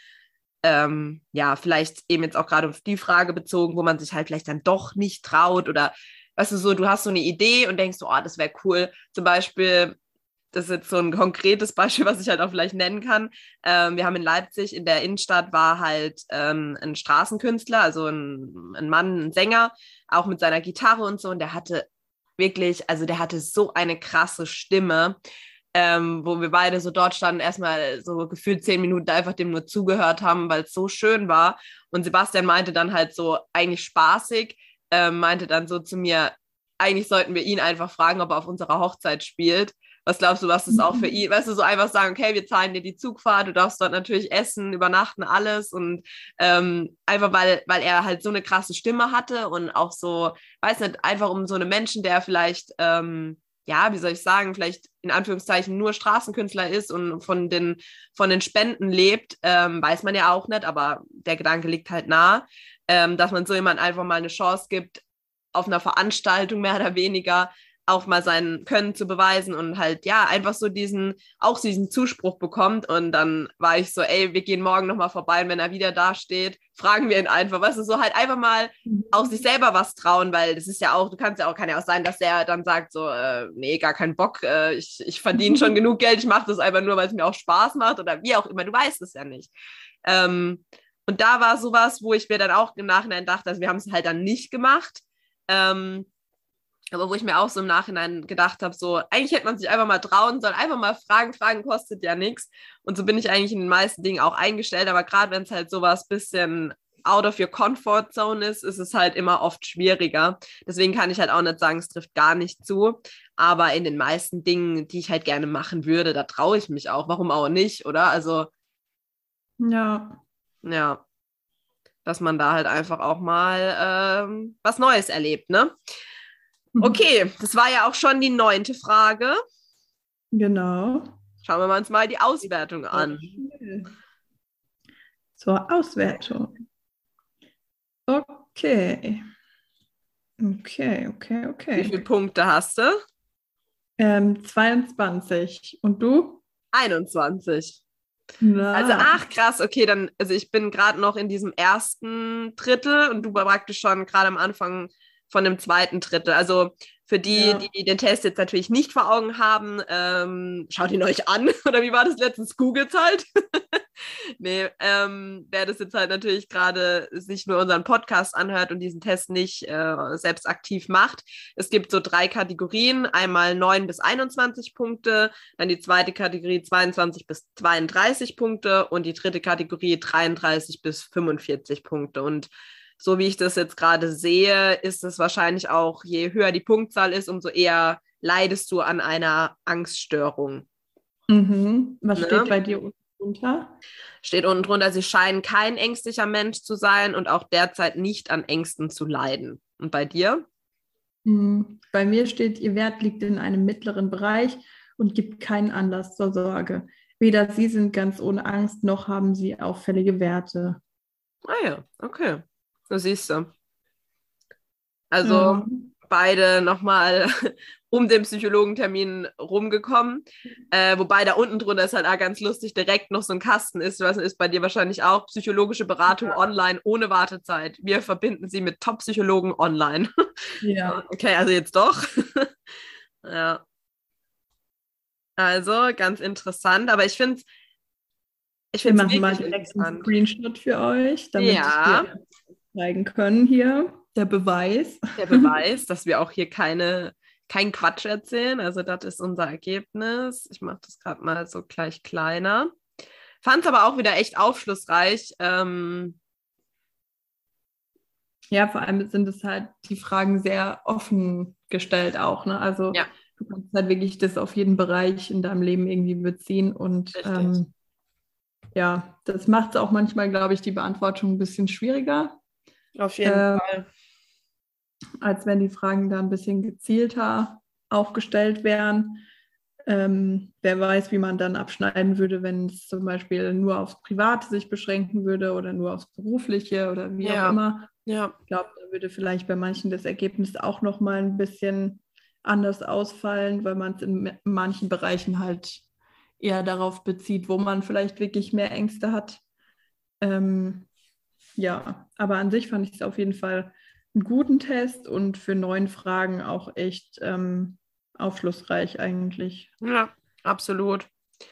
ähm, ja vielleicht eben jetzt auch gerade auf die Frage bezogen, wo man sich halt vielleicht dann doch nicht traut oder weißt du so, du hast so eine Idee und denkst so, oh, das wäre cool. Zum Beispiel das ist jetzt so ein konkretes Beispiel, was ich halt auch vielleicht nennen kann. Ähm, wir haben in Leipzig in der Innenstadt war halt ähm, ein Straßenkünstler, also ein, ein Mann, ein Sänger, auch mit seiner Gitarre und so. Und der hatte wirklich, also der hatte so eine krasse Stimme, ähm, wo wir beide so dort standen, erstmal so gefühlt zehn Minuten einfach dem nur zugehört haben, weil es so schön war. Und Sebastian meinte dann halt so eigentlich spaßig, ähm, meinte dann so zu mir, eigentlich sollten wir ihn einfach fragen, ob er auf unserer Hochzeit spielt. Was glaubst du, was ist auch für ihn? Weißt du, so einfach sagen, okay, wir zahlen dir die Zugfahrt, du darfst dort natürlich essen, übernachten, alles. Und ähm, einfach, weil, weil er halt so eine krasse Stimme hatte und auch so, weiß nicht, einfach um so einen Menschen, der vielleicht, ähm, ja, wie soll ich sagen, vielleicht in Anführungszeichen nur Straßenkünstler ist und von den, von den Spenden lebt, ähm, weiß man ja auch nicht, aber der Gedanke liegt halt nah, ähm, dass man so jemand einfach mal eine Chance gibt, auf einer Veranstaltung mehr oder weniger auch mal sein Können zu beweisen und halt, ja, einfach so diesen, auch diesen Zuspruch bekommt. Und dann war ich so, ey, wir gehen morgen nochmal vorbei und wenn er wieder da steht, fragen wir ihn einfach, weißt du, so halt einfach mal auch sich selber was trauen, weil das ist ja auch, du kannst ja auch, kann ja auch sein, dass der dann sagt so, äh, nee, gar keinen Bock, äh, ich, ich verdiene schon genug Geld, ich mache das einfach nur, weil es mir auch Spaß macht oder wie auch immer, du weißt es ja nicht. Ähm, und da war sowas, wo ich mir dann auch im Nachhinein dachte, also wir haben es halt dann nicht gemacht, ähm, aber wo ich mir auch so im Nachhinein gedacht habe, so, eigentlich hätte man sich einfach mal trauen sollen, einfach mal fragen, fragen kostet ja nichts. Und so bin ich eigentlich in den meisten Dingen auch eingestellt, aber gerade wenn es halt sowas bisschen out of your comfort zone ist, ist es halt immer oft schwieriger. Deswegen kann ich halt auch nicht sagen, es trifft gar nicht zu, aber in den meisten Dingen, die ich halt gerne machen würde, da traue ich mich auch, warum auch nicht, oder? Also, Ja. ja, dass man da halt einfach auch mal ähm, was Neues erlebt, ne? Okay, das war ja auch schon die neunte Frage. Genau. Schauen wir uns mal die Auswertung an. Zur Auswertung. Okay. Okay, okay, okay. Wie viele Punkte hast du? Ähm, zweiundzwanzig. Und du? einundzwanzig. Na. Also, ach krass, okay, dann, also ich bin gerade noch in diesem ersten Drittel und du war praktisch schon gerade am Anfang von dem zweiten Drittel. Also Für die, Ja. die den Test jetzt natürlich nicht vor Augen haben, ähm, schaut ihn euch an. Oder wie war das letztens? Googelt halt. Nee, ähm, wer das jetzt halt natürlich gerade sich nur unseren Podcast anhört und diesen Test nicht äh, selbst aktiv macht. Es gibt so drei Kategorien. Einmal neun bis einundzwanzig Punkte, dann die zweite Kategorie zweiundzwanzig bis zweiunddreißig Punkte und die dritte Kategorie dreiunddreißig bis fünfundvierzig Punkte. Und so wie ich das jetzt gerade sehe, ist es wahrscheinlich auch, je höher die Punktzahl ist, umso eher leidest du an einer Angststörung. Mhm. Was Ne? steht bei dir unten drunter? Steht unten drunter, sie scheinen kein ängstlicher Mensch zu sein und auch derzeit nicht an Ängsten zu leiden. Und bei dir? Mhm. Bei mir steht, ihr Wert liegt in einem mittleren Bereich und gibt keinen Anlass zur Sorge. Weder Sie sind ganz ohne Angst, noch haben Sie auffällige Werte. Ah ja, okay. Du siehst du. Also Ja. beide nochmal um den Psychologentermin rumgekommen. Äh, wobei da unten drunter ist halt auch ganz lustig, direkt noch so ein Kasten ist. Was ist bei dir wahrscheinlich auch? Psychologische Beratung Ja. online ohne Wartezeit. Wir verbinden sie mit Top-Psychologen online. Ja. Okay, also jetzt doch. Ja. Also ganz interessant, aber ich finde es ich Wir find's machen mal wirklich direkt einen interessant. Screenshot für euch, damit Ja. wir zeigen können hier. Der Beweis. Der Beweis, dass wir auch hier keine, kein Quatsch erzählen. Also das ist unser Ergebnis. Ich mache das gerade mal so gleich kleiner. Fand es aber auch wieder echt aufschlussreich. Ähm, Ja, vor allem sind es halt die Fragen sehr offen gestellt auch, ne? Also ja, du kannst halt wirklich das auf jeden Bereich in deinem Leben irgendwie beziehen und richtig. ähm, ja, das macht es auch manchmal, glaube ich, die Beantwortung ein bisschen schwieriger, Auf jeden ähm, Fall. als wenn die Fragen da ein bisschen gezielter aufgestellt wären. Ähm, wer weiß, wie man dann abschneiden würde, wenn es zum Beispiel nur aufs Private sich beschränken würde oder nur aufs Berufliche oder wie Ja. auch immer. Ja, Ich glaube, da würde vielleicht bei manchen das Ergebnis auch nochmal ein bisschen anders ausfallen, weil man es in manchen Bereichen halt eher darauf bezieht, wo man vielleicht wirklich mehr Ängste hat. Ähm, ja, aber an sich fand ich es auf jeden Fall einen guten Test und für neun Fragen auch echt ähm, aufschlussreich eigentlich. ja, absolut.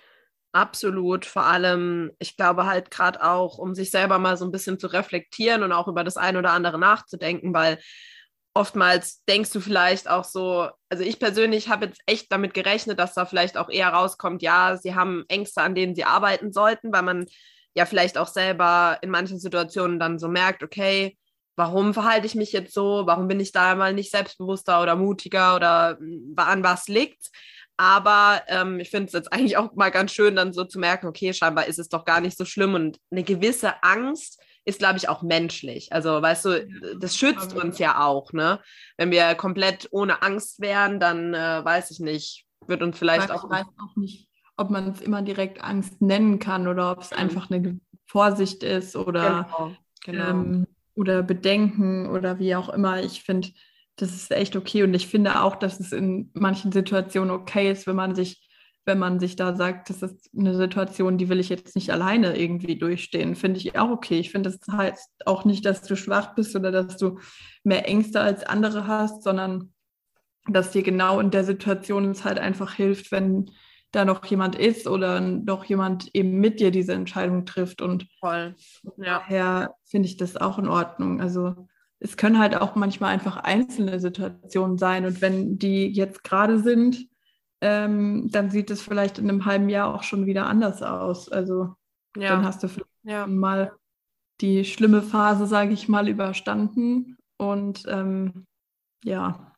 Absolut. Vor allem, ich glaube halt gerade auch, um sich selber mal so ein bisschen zu reflektieren und auch über das eine oder andere nachzudenken, weil oftmals denkst du vielleicht auch so, also ich persönlich habe jetzt echt damit gerechnet, dass da vielleicht auch eher rauskommt, ja, sie haben Ängste, an denen sie arbeiten sollten, weil man ja vielleicht auch selber in manchen Situationen dann so merkt, okay, warum verhalte ich mich jetzt so, warum bin ich da mal nicht selbstbewusster oder mutiger oder an was liegt's? Aber ähm, ich finde es jetzt eigentlich auch mal ganz schön, dann so zu merken, okay, scheinbar ist es doch gar nicht so schlimm und eine gewisse Angst ist, glaube ich, auch menschlich. Also, weißt du, das schützt uns ja auch, ne? Wenn wir komplett ohne Angst wären, dann äh, weiß ich nicht, wird uns vielleicht Weil auch. ich weiß auch nicht, ob man es immer direkt Angst nennen kann oder ob es Mhm. einfach eine gewisse Vorsicht ist oder, Genau, genau. ähm, oder Bedenken oder wie auch immer. Ich finde, das ist echt okay und ich finde auch, dass es in manchen Situationen okay ist, wenn man sich, wenn man sich da sagt, das ist eine Situation, die will ich jetzt nicht alleine irgendwie durchstehen, finde ich auch okay. Ich finde, das heißt auch nicht, dass du schwach bist oder dass du mehr Ängste als andere hast, sondern dass dir genau in der Situation es halt einfach hilft, wenn da noch jemand ist oder noch jemand eben mit dir diese Entscheidung trifft. Und Voll. Ja. daher finde ich das auch in Ordnung. Also es können halt auch manchmal einfach einzelne Situationen sein. Und wenn die jetzt gerade sind, ähm, dann sieht es vielleicht in einem halben Jahr auch schon wieder anders aus. Also Ja. dann hast du vielleicht Ja. mal die schlimme Phase, sage ich mal, überstanden. Und ähm, ja.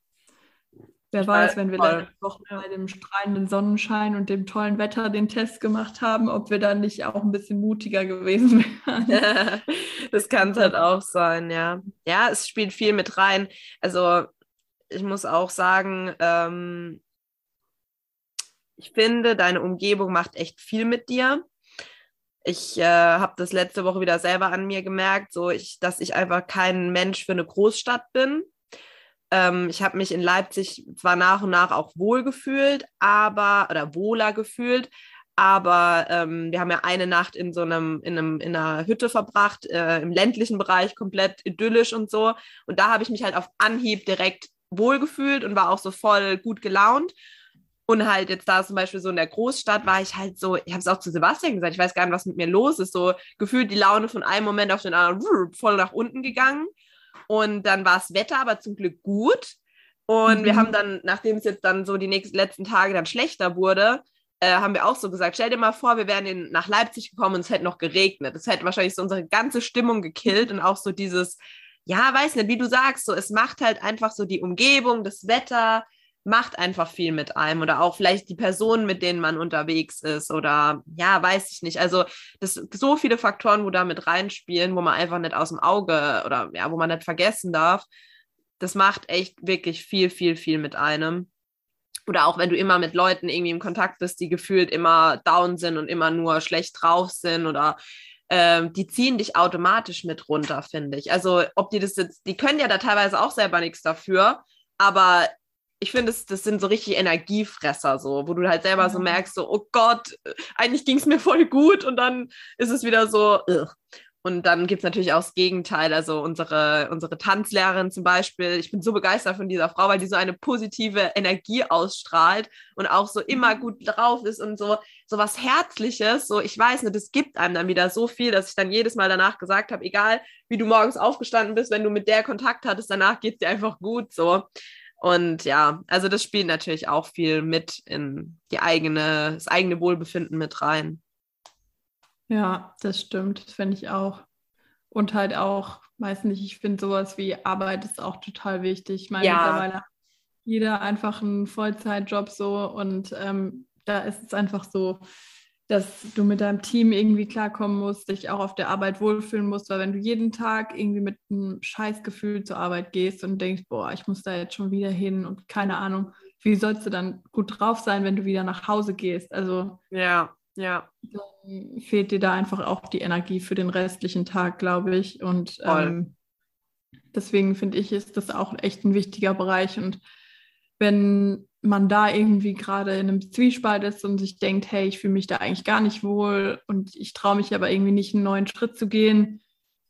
Wer Ich weiß, weiß, wenn wir voll. letzte Woche Ja. bei dem strahlenden Sonnenschein und dem tollen Wetter den Test gemacht haben, ob wir dann nicht auch ein bisschen mutiger gewesen wären. Das kann es halt auch sein, ja. Ja, es spielt viel mit rein. Also ich muss auch sagen, ähm, ich finde, deine Umgebung macht echt viel mit dir. Ich äh, habe das letzte Woche wieder selber an mir gemerkt, so ich, dass ich einfach kein Mensch für eine Großstadt bin. Ähm, ich habe mich in Leipzig zwar nach und nach auch wohl gefühlt, aber, oder wohler gefühlt, aber ähm, wir haben ja eine Nacht in so einem, in einem, in einer Hütte verbracht, äh, im ländlichen Bereich, komplett idyllisch und so. Und da habe ich mich halt auf Anhieb direkt wohlgefühlt und war auch so voll gut gelaunt. Und halt jetzt da zum Beispiel so in der Großstadt war ich halt so, ich habe es auch zu Sebastian gesagt, ich weiß gar nicht, was mit mir los ist, so gefühlt die Laune von einem Moment auf den anderen voll nach unten gegangen. Und dann war das Wetter aber zum Glück gut. Und mhm. wir haben dann, nachdem es jetzt dann so die nächsten letzten Tage dann schlechter wurde, äh, haben wir auch so gesagt, stell dir mal vor, wir wären in, nach Leipzig gekommen und es hätte noch geregnet. Das hätte wahrscheinlich so unsere ganze Stimmung gekillt und auch so dieses, ja, weiß nicht, wie du sagst, so es macht halt einfach so die Umgebung, das Wetter, macht einfach viel mit einem oder auch vielleicht die Personen, mit denen man unterwegs ist oder ja, weiß ich nicht. Also das so viele Faktoren, wo da mit reinspielen, wo man einfach nicht aus dem Auge oder ja, wo man nicht vergessen darf. Das macht echt wirklich viel, viel, viel mit einem. Oder auch wenn du immer mit Leuten irgendwie im Kontakt bist, die gefühlt immer down sind und immer nur schlecht drauf sind oder ähm, die ziehen dich automatisch mit runter, finde ich. Also ob die das jetzt, die können ja da teilweise auch selber nichts dafür, aber ich finde, das, das sind so richtig Energiefresser, so, wo du halt selber ja. so merkst, so, oh Gott, eigentlich ging es mir voll gut und dann ist es wieder so, ugh. Und dann gibt es natürlich auch das Gegenteil, also unsere, unsere Tanzlehrerin zum Beispiel, ich bin so begeistert von dieser Frau, weil die so eine positive Energie ausstrahlt und auch so immer gut drauf ist und so, so was Herzliches, so, ich weiß nicht, das gibt einem dann wieder so viel, dass ich dann jedes Mal danach gesagt habe, egal wie du morgens aufgestanden bist, wenn du mit der Kontakt hattest, danach geht es dir einfach gut, so. Und ja, also das spielt natürlich auch viel mit in die eigene, das eigene Wohlbefinden mit rein. Ja, das stimmt, das finde ich auch. Und halt auch, weiß nicht, ich finde sowas wie Arbeit ist auch total wichtig. Ich meine, ja. mittlerweile hat jeder einfach einen Vollzeitjob so und ähm, da ist es einfach so, dass du mit deinem Team irgendwie klarkommen musst, dich auch auf der Arbeit wohlfühlen musst, weil wenn du jeden Tag irgendwie mit einem Scheißgefühl zur Arbeit gehst und denkst, boah, ich muss da jetzt schon wieder hin und keine Ahnung, wie sollst du dann gut drauf sein, wenn du wieder nach Hause gehst? Also ja, ja. Dann fehlt dir da einfach auch die Energie für den restlichen Tag, glaube ich. Und ähm, deswegen finde ich, ist das auch echt ein wichtiger Bereich. Und wenn man da irgendwie gerade in einem Zwiespalt ist und sich denkt, hey, ich fühle mich da eigentlich gar nicht wohl und ich traue mich aber irgendwie nicht, einen neuen Schritt zu gehen,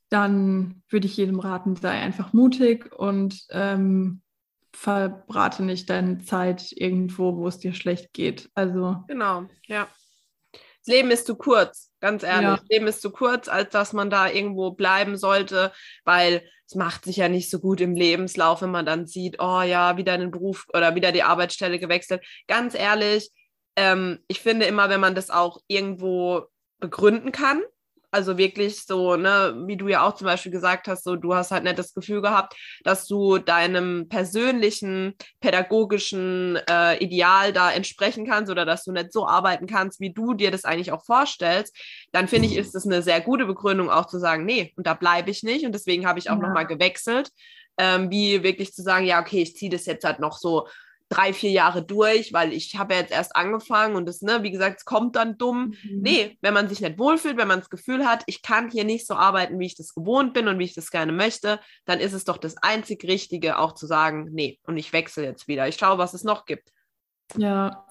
dann würde ich jedem raten, sei einfach mutig und ähm, verbrate nicht deine Zeit irgendwo, wo es dir schlecht geht. Also genau, ja. Das Leben ist zu kurz, ganz ehrlich. Ja. Das Leben ist zu kurz, als dass man da irgendwo bleiben sollte, weil es macht sich ja nicht so gut im Lebenslauf, wenn man dann sieht, oh ja, wieder den Beruf oder wieder die Arbeitsstelle gewechselt. Ganz ehrlich, ähm, ich finde immer, wenn man das auch irgendwo begründen kann, also wirklich so, ne, wie du ja auch zum Beispiel gesagt hast, so du hast halt nicht das Gefühl gehabt, dass du deinem persönlichen, pädagogischen äh, Ideal da entsprechen kannst oder dass du nicht so arbeiten kannst, wie du dir das eigentlich auch vorstellst, dann finde ich, ist das eine sehr gute Begründung auch zu sagen, nee, und da bleibe ich nicht und deswegen habe ich auch ja. nochmal gewechselt, ähm, wie wirklich zu sagen, ja, okay, ich ziehe das jetzt halt noch so drei, vier Jahre durch, weil ich habe ja jetzt erst angefangen und das, ne, wie gesagt, es kommt dann dumm. Mhm. Nee, wenn man sich nicht wohlfühlt, wenn man das Gefühl hat, ich kann hier nicht so arbeiten, wie ich das gewohnt bin und wie ich das gerne möchte, dann ist es doch das einzig Richtige, auch zu sagen, nee, und ich wechsle jetzt wieder. Ich schaue, was es noch gibt. Ja.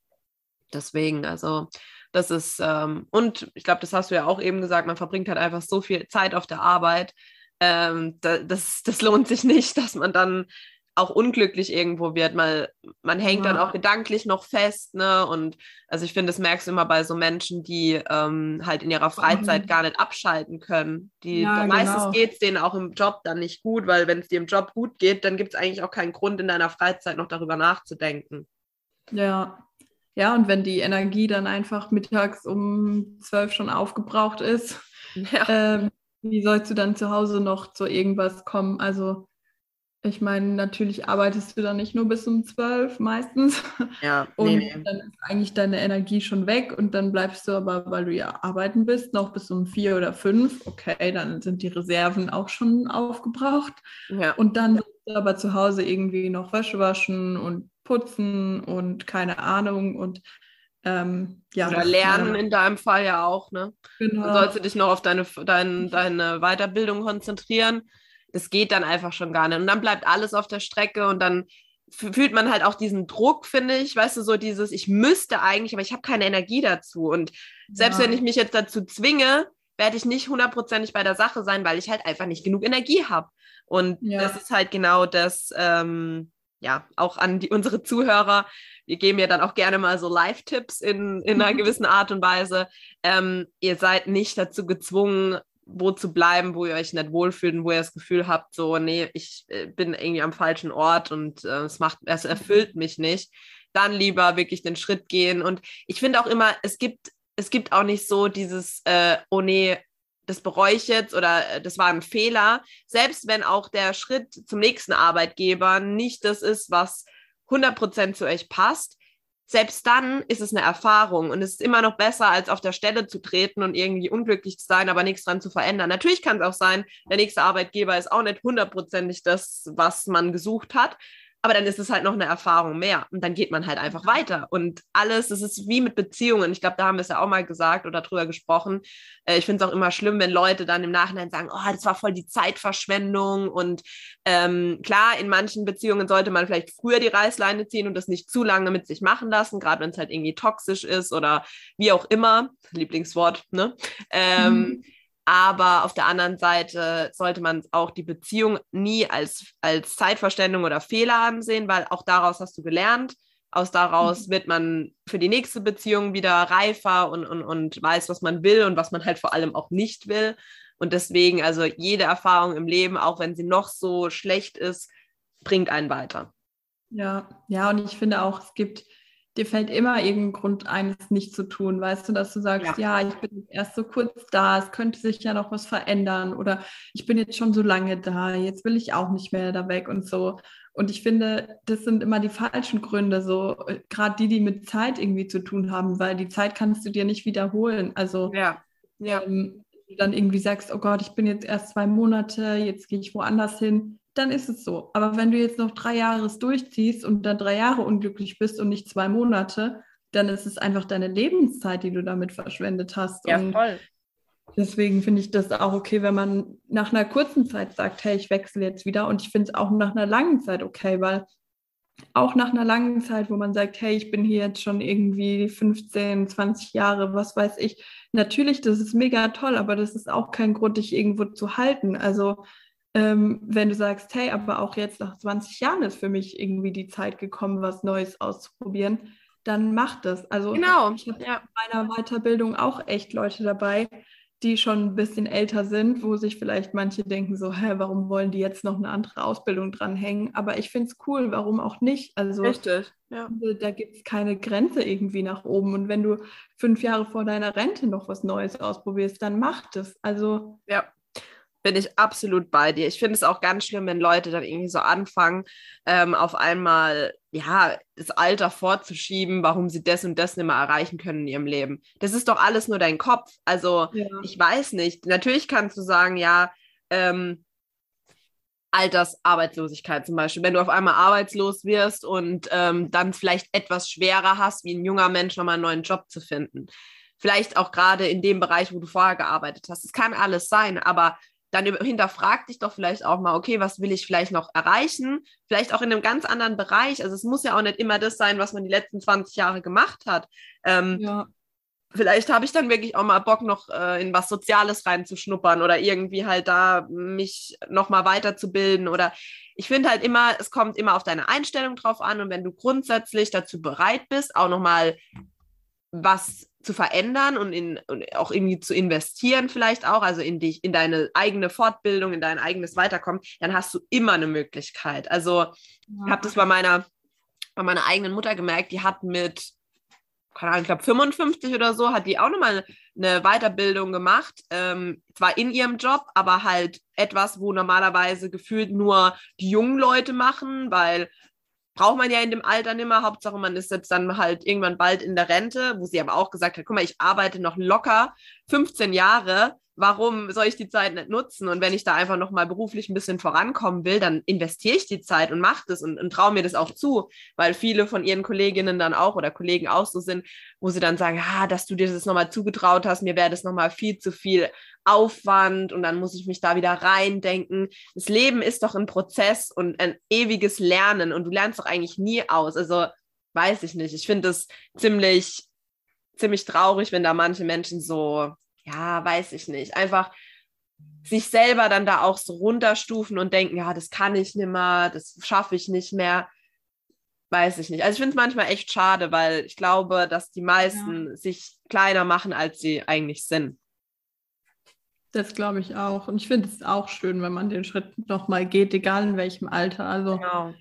Deswegen, also das ist, ähm, und ich glaube, das hast du ja auch eben gesagt, man verbringt halt einfach so viel Zeit auf der Arbeit, ähm, da, das, das lohnt sich nicht, dass man dann auch unglücklich irgendwo wird, weil man hängt ja. dann auch gedanklich noch fest, ne, und also ich finde, das merkst du immer bei so Menschen, die ähm, halt in ihrer Freizeit mhm. gar nicht abschalten können. Die, ja, meistens genau. geht es denen auch im Job dann nicht gut, weil wenn es dir im Job gut geht, dann gibt es eigentlich auch keinen Grund, in deiner Freizeit noch darüber nachzudenken. Ja, ja, und wenn die Energie dann einfach mittags um zwölf schon aufgebraucht ist, ja. ähm, wie sollst du dann zu Hause noch zu irgendwas kommen? Also ich meine, natürlich arbeitest du dann nicht nur bis um zwölf meistens. Ja, und nee, nee. dann ist eigentlich deine Energie schon weg und dann bleibst du aber, weil du ja arbeiten bist, noch bis um vier oder fünf. Okay, dann sind die Reserven auch schon aufgebraucht. Ja. Und dann sollst du aber zu Hause irgendwie noch Wäsche waschen und putzen und keine Ahnung und ähm, ja. Oder lernen in deinem Fall ja auch, ne? Genau. Dann sollst du dich noch auf deine, dein, deine Weiterbildung konzentrieren. Das geht dann einfach schon gar nicht. Und dann bleibt alles auf der Strecke und dann fühlt man halt auch diesen Druck, finde ich, weißt du, so dieses, ich müsste eigentlich, aber ich habe keine Energie dazu. Und selbst ja. wenn ich mich jetzt dazu zwinge, werde ich nicht hundertprozentig bei der Sache sein, weil ich halt einfach nicht genug Energie habe. Und ja. das ist halt genau das, ähm, ja, auch an die, unsere Zuhörer, wir geben ja dann auch gerne mal so Live-Tipps in, in einer gewissen Art und Weise. Ähm, ihr seid nicht dazu gezwungen, wo zu bleiben, wo ihr euch nicht wohlfühlt und wo ihr das Gefühl habt, so, nee, ich äh, bin irgendwie am falschen Ort und äh, es macht, es erfüllt mich nicht. Dann lieber wirklich den Schritt gehen. Und ich finde auch immer, es gibt, es gibt auch nicht so dieses, äh, oh nee, das bereue ich jetzt oder äh, das war ein Fehler. Selbst wenn auch der Schritt zum nächsten Arbeitgeber nicht das ist, was hundert Prozent zu euch passt, selbst dann ist es eine Erfahrung und es ist immer noch besser, als auf der Stelle zu treten und irgendwie unglücklich zu sein, aber nichts dran zu verändern. Natürlich kann es auch sein, der nächste Arbeitgeber ist auch nicht hundertprozentig das, was man gesucht hat, aber dann ist es halt noch eine Erfahrung mehr und dann geht man halt einfach weiter und alles, das ist wie mit Beziehungen. Ich glaube, da haben wir es ja auch mal gesagt oder drüber gesprochen. Äh, ich finde es auch immer schlimm, wenn Leute dann im Nachhinein sagen, oh, das war voll die Zeitverschwendung und ähm, klar, in manchen Beziehungen sollte man vielleicht früher die Reißleine ziehen und das nicht zu lange mit sich machen lassen, gerade wenn es halt irgendwie toxisch ist oder wie auch immer, Lieblingswort, ne? Ähm, mhm. Aber auf der anderen Seite sollte man auch die Beziehung nie als, als Zeitverschwendung oder Fehler ansehen, weil auch daraus hast du gelernt. Aus daraus wird man für die nächste Beziehung wieder reifer und, und, und weiß, was man will und was man halt vor allem auch nicht will. Und deswegen, also jede Erfahrung im Leben, auch wenn sie noch so schlecht ist, bringt einen weiter. Ja, ja, und ich finde auch, es gibt, dir fällt immer irgendein Grund ein, es nicht zu tun, weißt du, dass du sagst, ja. ja, ich bin erst so kurz da, es könnte sich ja noch was verändern oder ich bin jetzt schon so lange da, jetzt will ich auch nicht mehr da weg und so. Und ich finde, das sind immer die falschen Gründe, so gerade die, die mit Zeit irgendwie zu tun haben, weil die Zeit kannst du dir nicht wiederholen. Also ja. Ja. Ähm, du dann irgendwie sagst, oh Gott, ich bin jetzt erst zwei Monate, jetzt gehe ich woanders hin, dann ist es so. Aber wenn du jetzt noch drei Jahre es durchziehst und dann drei Jahre unglücklich bist und nicht zwei Monate, dann ist es einfach deine Lebenszeit, die du damit verschwendet hast. Ja, und voll. Deswegen finde ich das auch okay, wenn man nach einer kurzen Zeit sagt, hey, ich wechsle jetzt wieder. Und ich finde es auch nach einer langen Zeit okay, weil auch nach einer langen Zeit, wo man sagt, hey, ich bin hier jetzt schon irgendwie fünfzehn, zwanzig Jahre, was weiß ich. Natürlich, das ist mega toll, aber das ist auch kein Grund, dich irgendwo zu halten. Also ähm, wenn du sagst, hey, aber auch jetzt nach zwanzig Jahren ist für mich irgendwie die Zeit gekommen, was Neues auszuprobieren, dann mach das. Also genau. Ich habe ja. in meiner Weiterbildung auch echt Leute dabei, die schon ein bisschen älter sind, wo sich vielleicht manche denken so, hä, warum wollen die jetzt noch eine andere Ausbildung dranhängen? Aber ich finde es cool, warum auch nicht? Also Richtig, ja. Da gibt es keine Grenze irgendwie nach oben. Und wenn du fünf Jahre vor deiner Rente noch was Neues ausprobierst, dann mach das. Also ja. Bin ich absolut bei dir. Ich finde es auch ganz schlimm, wenn Leute dann irgendwie so anfangen, ähm, auf einmal ja das Alter vorzuschieben, warum sie das und das nicht mehr erreichen können in ihrem Leben. Das ist doch alles nur dein Kopf. Also ja. Ich weiß nicht. Natürlich kannst du sagen, ja, ähm, Altersarbeitslosigkeit zum Beispiel. Wenn du auf einmal arbeitslos wirst und ähm, dann vielleicht etwas schwerer hast, wie ein junger Mensch nochmal einen neuen Job zu finden. Vielleicht auch gerade in dem Bereich, wo du vorher gearbeitet hast. Das kann alles sein, aber dann hinterfrag dich doch vielleicht auch mal, okay, was will ich vielleicht noch erreichen? Vielleicht auch in einem ganz anderen Bereich. Also es muss ja auch nicht immer das sein, was man die letzten zwanzig Jahre gemacht hat. Ähm, ja. Vielleicht habe ich dann wirklich auch mal Bock, noch äh, in was Soziales reinzuschnuppern oder irgendwie halt da mich nochmal weiterzubilden. Oder ich finde halt immer, es kommt immer auf deine Einstellung drauf an. Und wenn du grundsätzlich dazu bereit bist, auch nochmal was zu verändern und, in, und auch irgendwie zu investieren vielleicht auch, also in dich, in deine eigene Fortbildung, in dein eigenes Weiterkommen, dann hast du immer eine Möglichkeit. Also ja. Ich habe das bei meiner, bei meiner eigenen Mutter gemerkt, die hat mit, keine Ahnung, ich glaube fünfundfünfzig oder so, hat die auch nochmal eine Weiterbildung gemacht, ähm, zwar in ihrem Job, aber halt etwas, wo normalerweise gefühlt nur die jungen Leute machen, weil braucht man ja in dem Alter nicht mehr. Hauptsache, man ist jetzt dann halt irgendwann bald in der Rente, wo sie aber auch gesagt hat, guck mal, ich arbeite noch locker fünfzehn Jahre. Warum soll ich die Zeit nicht nutzen? Und wenn ich da einfach nochmal beruflich ein bisschen vorankommen will, dann investiere ich die Zeit und mache das und, und traue mir das auch zu, weil viele von ihren Kolleginnen dann auch oder Kollegen auch so sind, wo sie dann sagen, ah, dass du dir das nochmal zugetraut hast, mir wäre das nochmal viel zu viel Aufwand und dann muss ich mich da wieder reindenken. Das Leben ist doch ein Prozess und ein ewiges Lernen und du lernst doch eigentlich nie aus. Also weiß ich nicht. Ich finde es ziemlich, ziemlich traurig, wenn da manche Menschen so, ja, weiß ich nicht, einfach sich selber dann da auch so runterstufen und denken, ja, das kann ich nicht mehr, das schaffe ich nicht mehr. weiß ich nicht. Also ich finde es manchmal echt schade, weil ich glaube, dass die meisten ja. sich kleiner machen, als sie eigentlich sind. Das glaube ich auch. Und ich finde es auch schön, wenn man den Schritt nochmal geht, egal in welchem Alter. Also genau.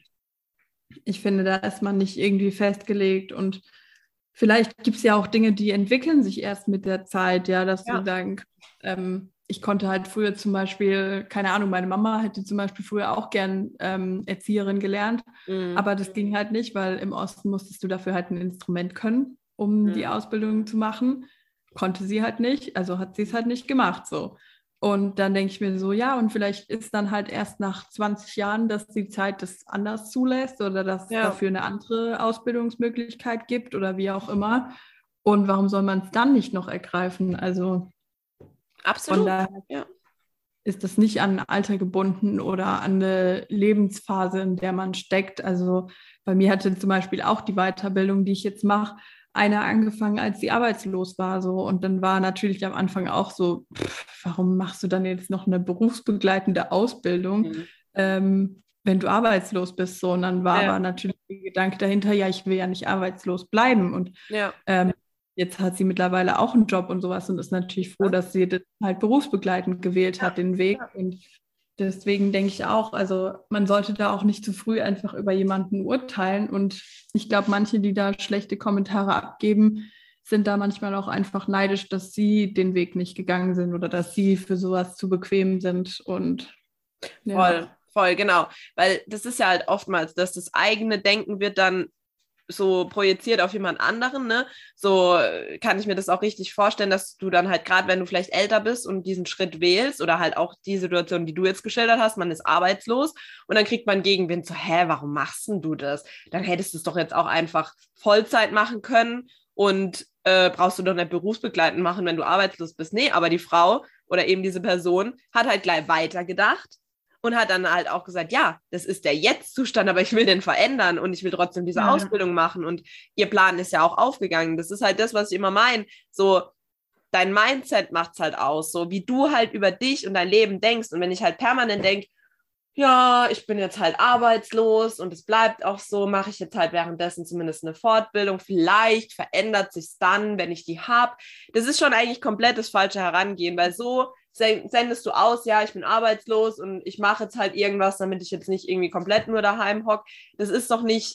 Ich finde, da ist man nicht irgendwie festgelegt und vielleicht gibt es ja auch Dinge, die entwickeln sich erst mit der Zeit, ja, dass ja. du sagen kannst, ähm, ich konnte halt früher zum Beispiel, keine Ahnung, meine Mama hätte zum Beispiel früher auch gern ähm, Erzieherin gelernt, mhm. aber das ging halt nicht, weil im Osten musstest du dafür halt ein Instrument können, um mhm. die Ausbildung zu machen. Konnte sie halt nicht, also hat sie es halt nicht gemacht so. Und dann denke ich mir so, ja, und vielleicht ist dann halt erst nach zwanzig Jahren, dass die Zeit das anders zulässt oder dass es ja. dafür eine andere Ausbildungsmöglichkeit gibt oder wie auch immer. Und warum soll man es dann nicht noch ergreifen? Also absolut. Von daher ja. ist das nicht an ein Alter gebunden oder an eine Lebensphase, in der man steckt. Also bei mir hatte zum Beispiel auch die Weiterbildung, die ich jetzt mache, einer angefangen, als sie arbeitslos war. So. Und dann war natürlich am Anfang auch so, pff, warum machst du dann jetzt noch eine berufsbegleitende Ausbildung, mhm. ähm, wenn du arbeitslos bist? So. Und dann war ja. aber natürlich der Gedanke dahinter, ja, ich will ja nicht arbeitslos bleiben. Und ja. ähm, jetzt hat sie mittlerweile auch einen Job und sowas und ist natürlich froh, dass sie das halt berufsbegleitend gewählt ja. hat, den Weg. Ja. Und deswegen denke ich auch, also man sollte da auch nicht zu früh einfach über jemanden urteilen. Und ich glaube, manche, die da schlechte Kommentare abgeben, sind da manchmal auch einfach neidisch, dass sie den Weg nicht gegangen sind oder dass sie für sowas zu bequem sind. Und ja. voll, voll, genau. Weil das ist ja halt oftmals, dass das eigene Denken wird dann so projiziert auf jemand anderen, ne? So kann ich mir das auch richtig vorstellen, dass du dann halt gerade, wenn du vielleicht älter bist und diesen Schritt wählst oder halt auch die Situation, die du jetzt geschildert hast, man ist arbeitslos und dann kriegt man Gegenwind so, hä, warum machst denn du das? Dann hättest du es doch jetzt auch einfach Vollzeit machen können und äh, brauchst du doch nicht berufsbegleitend machen, wenn du arbeitslos bist. Nee, aber die Frau oder eben diese Person hat halt gleich weitergedacht und hat dann halt auch gesagt, ja, das ist der Jetzt-Zustand, aber ich will den verändern und ich will trotzdem diese ja. Ausbildung machen und ihr Plan ist ja auch aufgegangen. Das ist halt das, was ich immer meine. So, dein Mindset macht es halt aus, so wie du halt über dich und dein Leben denkst. Und wenn ich halt permanent denke, ja, ich bin jetzt halt arbeitslos und es bleibt auch so, mache ich jetzt halt währenddessen zumindest eine Fortbildung. Vielleicht verändert sich's dann, wenn ich die habe. Das ist schon eigentlich komplett das falsche Herangehen, weil so sendest du aus, ja, ich bin arbeitslos und ich mache jetzt halt irgendwas, damit ich jetzt nicht irgendwie komplett nur daheim hocke. Das ist doch nicht,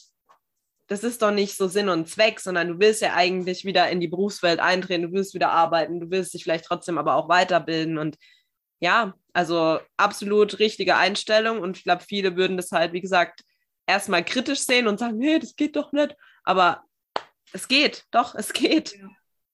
das ist doch nicht so Sinn und Zweck, sondern du willst ja eigentlich wieder in die Berufswelt eintreten, du willst wieder arbeiten, du willst dich vielleicht trotzdem aber auch weiterbilden und ja, also absolut richtige Einstellung und ich glaube, viele würden das halt, wie gesagt, erstmal kritisch sehen und sagen, nee, das geht doch nicht, aber es geht, doch, es geht. Ja,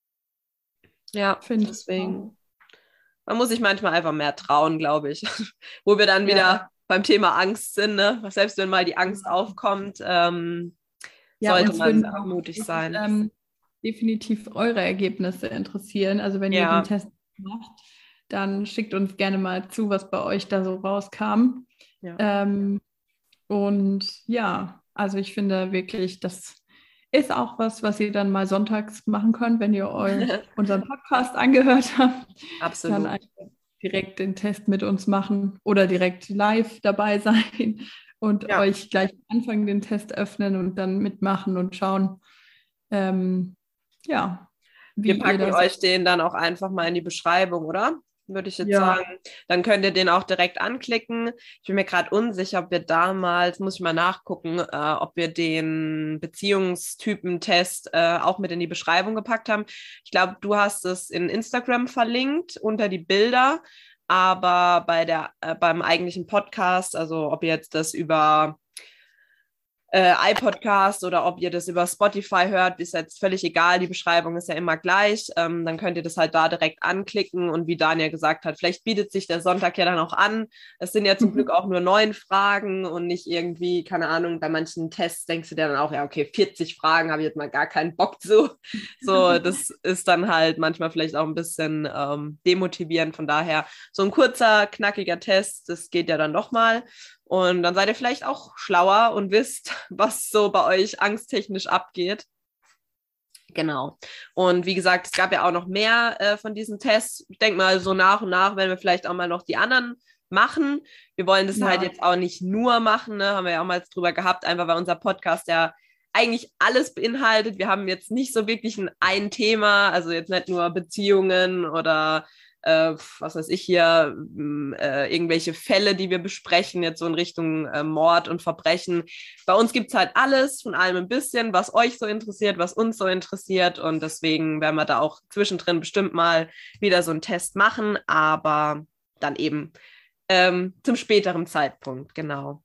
ja finde ich deswegen. Man muss sich manchmal einfach mehr trauen, glaube ich. Wo wir dann wieder ja. beim Thema Angst sind, ne? Selbst wenn mal die Angst aufkommt, ähm, ja, sollte man auch mutig sein. Ähm, definitiv eure Ergebnisse interessieren. Also wenn ja. ihr den Test macht, dann schickt uns gerne mal zu, was bei euch da so rauskam. Ja. Ähm, und ja, also ich finde wirklich, das ist auch was, was ihr dann mal sonntags machen könnt, wenn ihr euch unseren Podcast angehört habt. Absolut. Dann einfach direkt den Test mit uns machen oder direkt live dabei sein und ja. euch gleich am Anfang den Test öffnen und dann mitmachen und schauen. Ähm, ja. Wir packen euch den dann auch einfach mal in die Beschreibung, oder? Würde ich jetzt ja. sagen. Dann könnt ihr den auch direkt anklicken. Ich bin mir gerade unsicher, ob wir damals, muss ich mal nachgucken, äh, ob wir den Beziehungstypen-Test äh, auch mit in die Beschreibung gepackt haben. Ich glaube, du hast es in Instagram verlinkt unter die Bilder, aber bei der, äh, beim eigentlichen Podcast, also ob ihr jetzt das über Äh, iPodcast oder ob ihr das über Spotify hört, ist jetzt völlig egal, die Beschreibung ist ja immer gleich, ähm, dann könnt ihr das halt da direkt anklicken und wie Daniel gesagt hat, vielleicht bietet sich der Sonntag ja dann auch an, es sind ja zum mhm. Glück auch nur neun Fragen und nicht irgendwie, keine Ahnung, bei manchen Tests denkst du dir dann auch, ja okay, vierzig Fragen habe ich jetzt mal gar keinen Bock zu, so, das ist dann halt manchmal vielleicht auch ein bisschen ähm, demotivierend, von daher so ein kurzer, knackiger Test, das geht ja dann doch mal. Und dann seid ihr vielleicht auch schlauer und wisst, was so bei euch angsttechnisch abgeht. Genau. Und wie gesagt, es gab ja auch noch mehr äh, von diesen Tests. Ich denke mal, so nach und nach werden wir vielleicht auch mal noch die anderen machen. Wir wollen das ja. halt jetzt auch nicht nur machen, ne? Haben wir ja auch mal drüber gehabt, einfach weil unser Podcast ja eigentlich alles beinhaltet. Wir haben jetzt nicht so wirklich ein, ein Thema, also jetzt nicht nur Beziehungen oder äh, was weiß ich hier, äh, irgendwelche Fälle, die wir besprechen, jetzt so in Richtung äh, Mord und Verbrechen. Bei uns gibt es halt alles, von allem ein bisschen, was euch so interessiert, was uns so interessiert und deswegen werden wir da auch zwischendrin bestimmt mal wieder so einen Test machen, aber dann eben ähm, zum späteren Zeitpunkt, genau.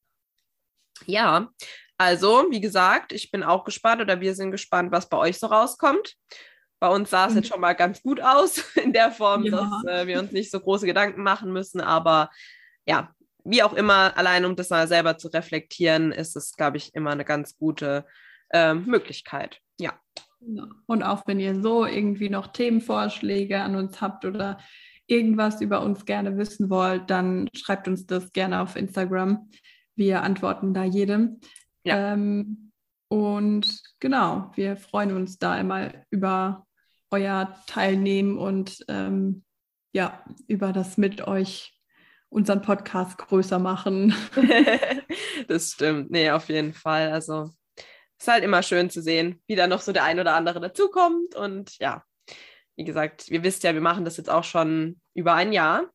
Ja, also wie gesagt, ich bin auch gespannt oder wir sind gespannt, was bei euch so rauskommt. Bei uns sah es jetzt schon mal ganz gut aus, in der Form, ja. dass äh, wir uns nicht so große Gedanken machen müssen. Aber ja, wie auch immer, allein um das mal selber zu reflektieren, ist es, glaube ich, immer eine ganz gute äh, Möglichkeit. Ja. Ja. Und auch wenn ihr so irgendwie noch Themenvorschläge an uns habt oder irgendwas über uns gerne wissen wollt, dann schreibt uns das gerne auf Instagram. Wir antworten da jedem. Ja. Ähm, und genau, wir freuen uns da immer über euer Teilnehmen und ähm, ja, über das mit euch unseren Podcast größer machen. Das stimmt, nee, auf jeden Fall. Also es ist halt immer schön zu sehen, wie da noch so der ein oder andere dazukommt. Und ja, wie gesagt, ihr wisst ja, wir machen das jetzt auch schon über ein Jahr.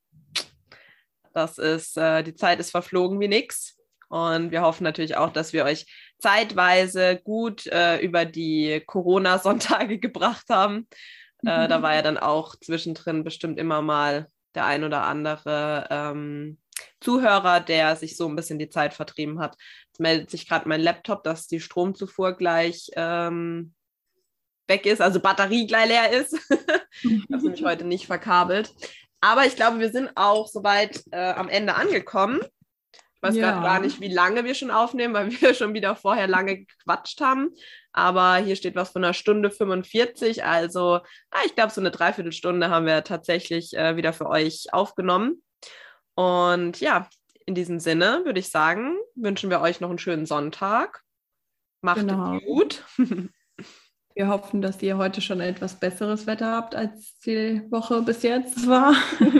Das ist, äh, die Zeit ist verflogen wie nix. Und wir hoffen natürlich auch, dass wir euch zeitweise gut äh, über die Corona-Sonntage gebracht haben. Äh, da war ja dann auch zwischendrin bestimmt immer mal der ein oder andere ähm, Zuhörer, der sich so ein bisschen die Zeit vertrieben hat. Jetzt meldet sich gerade mein Laptop, dass die Stromzufuhr gleich ähm, weg ist, also Batterie gleich leer ist. Ich habe nämlich heute nicht verkabelt. Aber ich glaube, wir sind auch soweit äh, am Ende angekommen. Ich weiß ja. gerade gar nicht, wie lange wir schon aufnehmen, weil wir schon wieder vorher lange gequatscht haben. Aber hier steht was von einer Stunde fünfundvierzig. Also ah, ich glaube, so eine Dreiviertelstunde haben wir tatsächlich äh, wieder für euch aufgenommen. Und ja, in diesem Sinne würde ich sagen, wünschen wir euch noch einen schönen Sonntag. Macht genau. es gut. Wir hoffen, dass ihr heute schon etwas besseres Wetter habt, als die Woche bis jetzt war.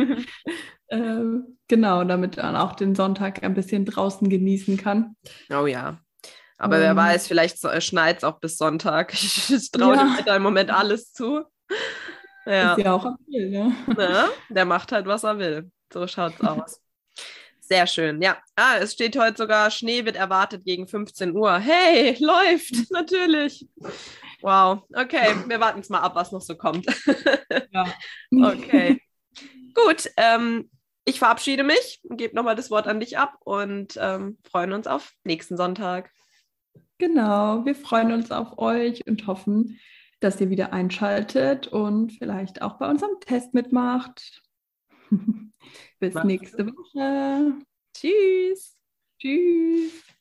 ähm, genau, damit man auch den Sonntag ein bisschen draußen genießen kann. Oh ja. Aber ähm, wer weiß, vielleicht schneit es auch bis Sonntag. Ich traue ja. dem Wetter im Moment alles zu. Ja. Ist ja auch April, ne? Ja, der macht halt, was er will. So schaut's aus. Sehr schön, ja. Ah, es steht heute sogar, Schnee wird erwartet gegen fünfzehn Uhr. Hey, läuft, natürlich. Wow, okay, wir warten jetzt mal ab, was noch so kommt. Ja. Okay, gut. Ähm, ich verabschiede mich und gebe nochmal das Wort an dich ab und ähm, freuen uns auf nächsten Sonntag. Genau, wir freuen uns auf euch und hoffen, dass ihr wieder einschaltet und vielleicht auch bei unserem Test mitmacht. Bis Mach's nächste Woche. Tschüss. Tschüss.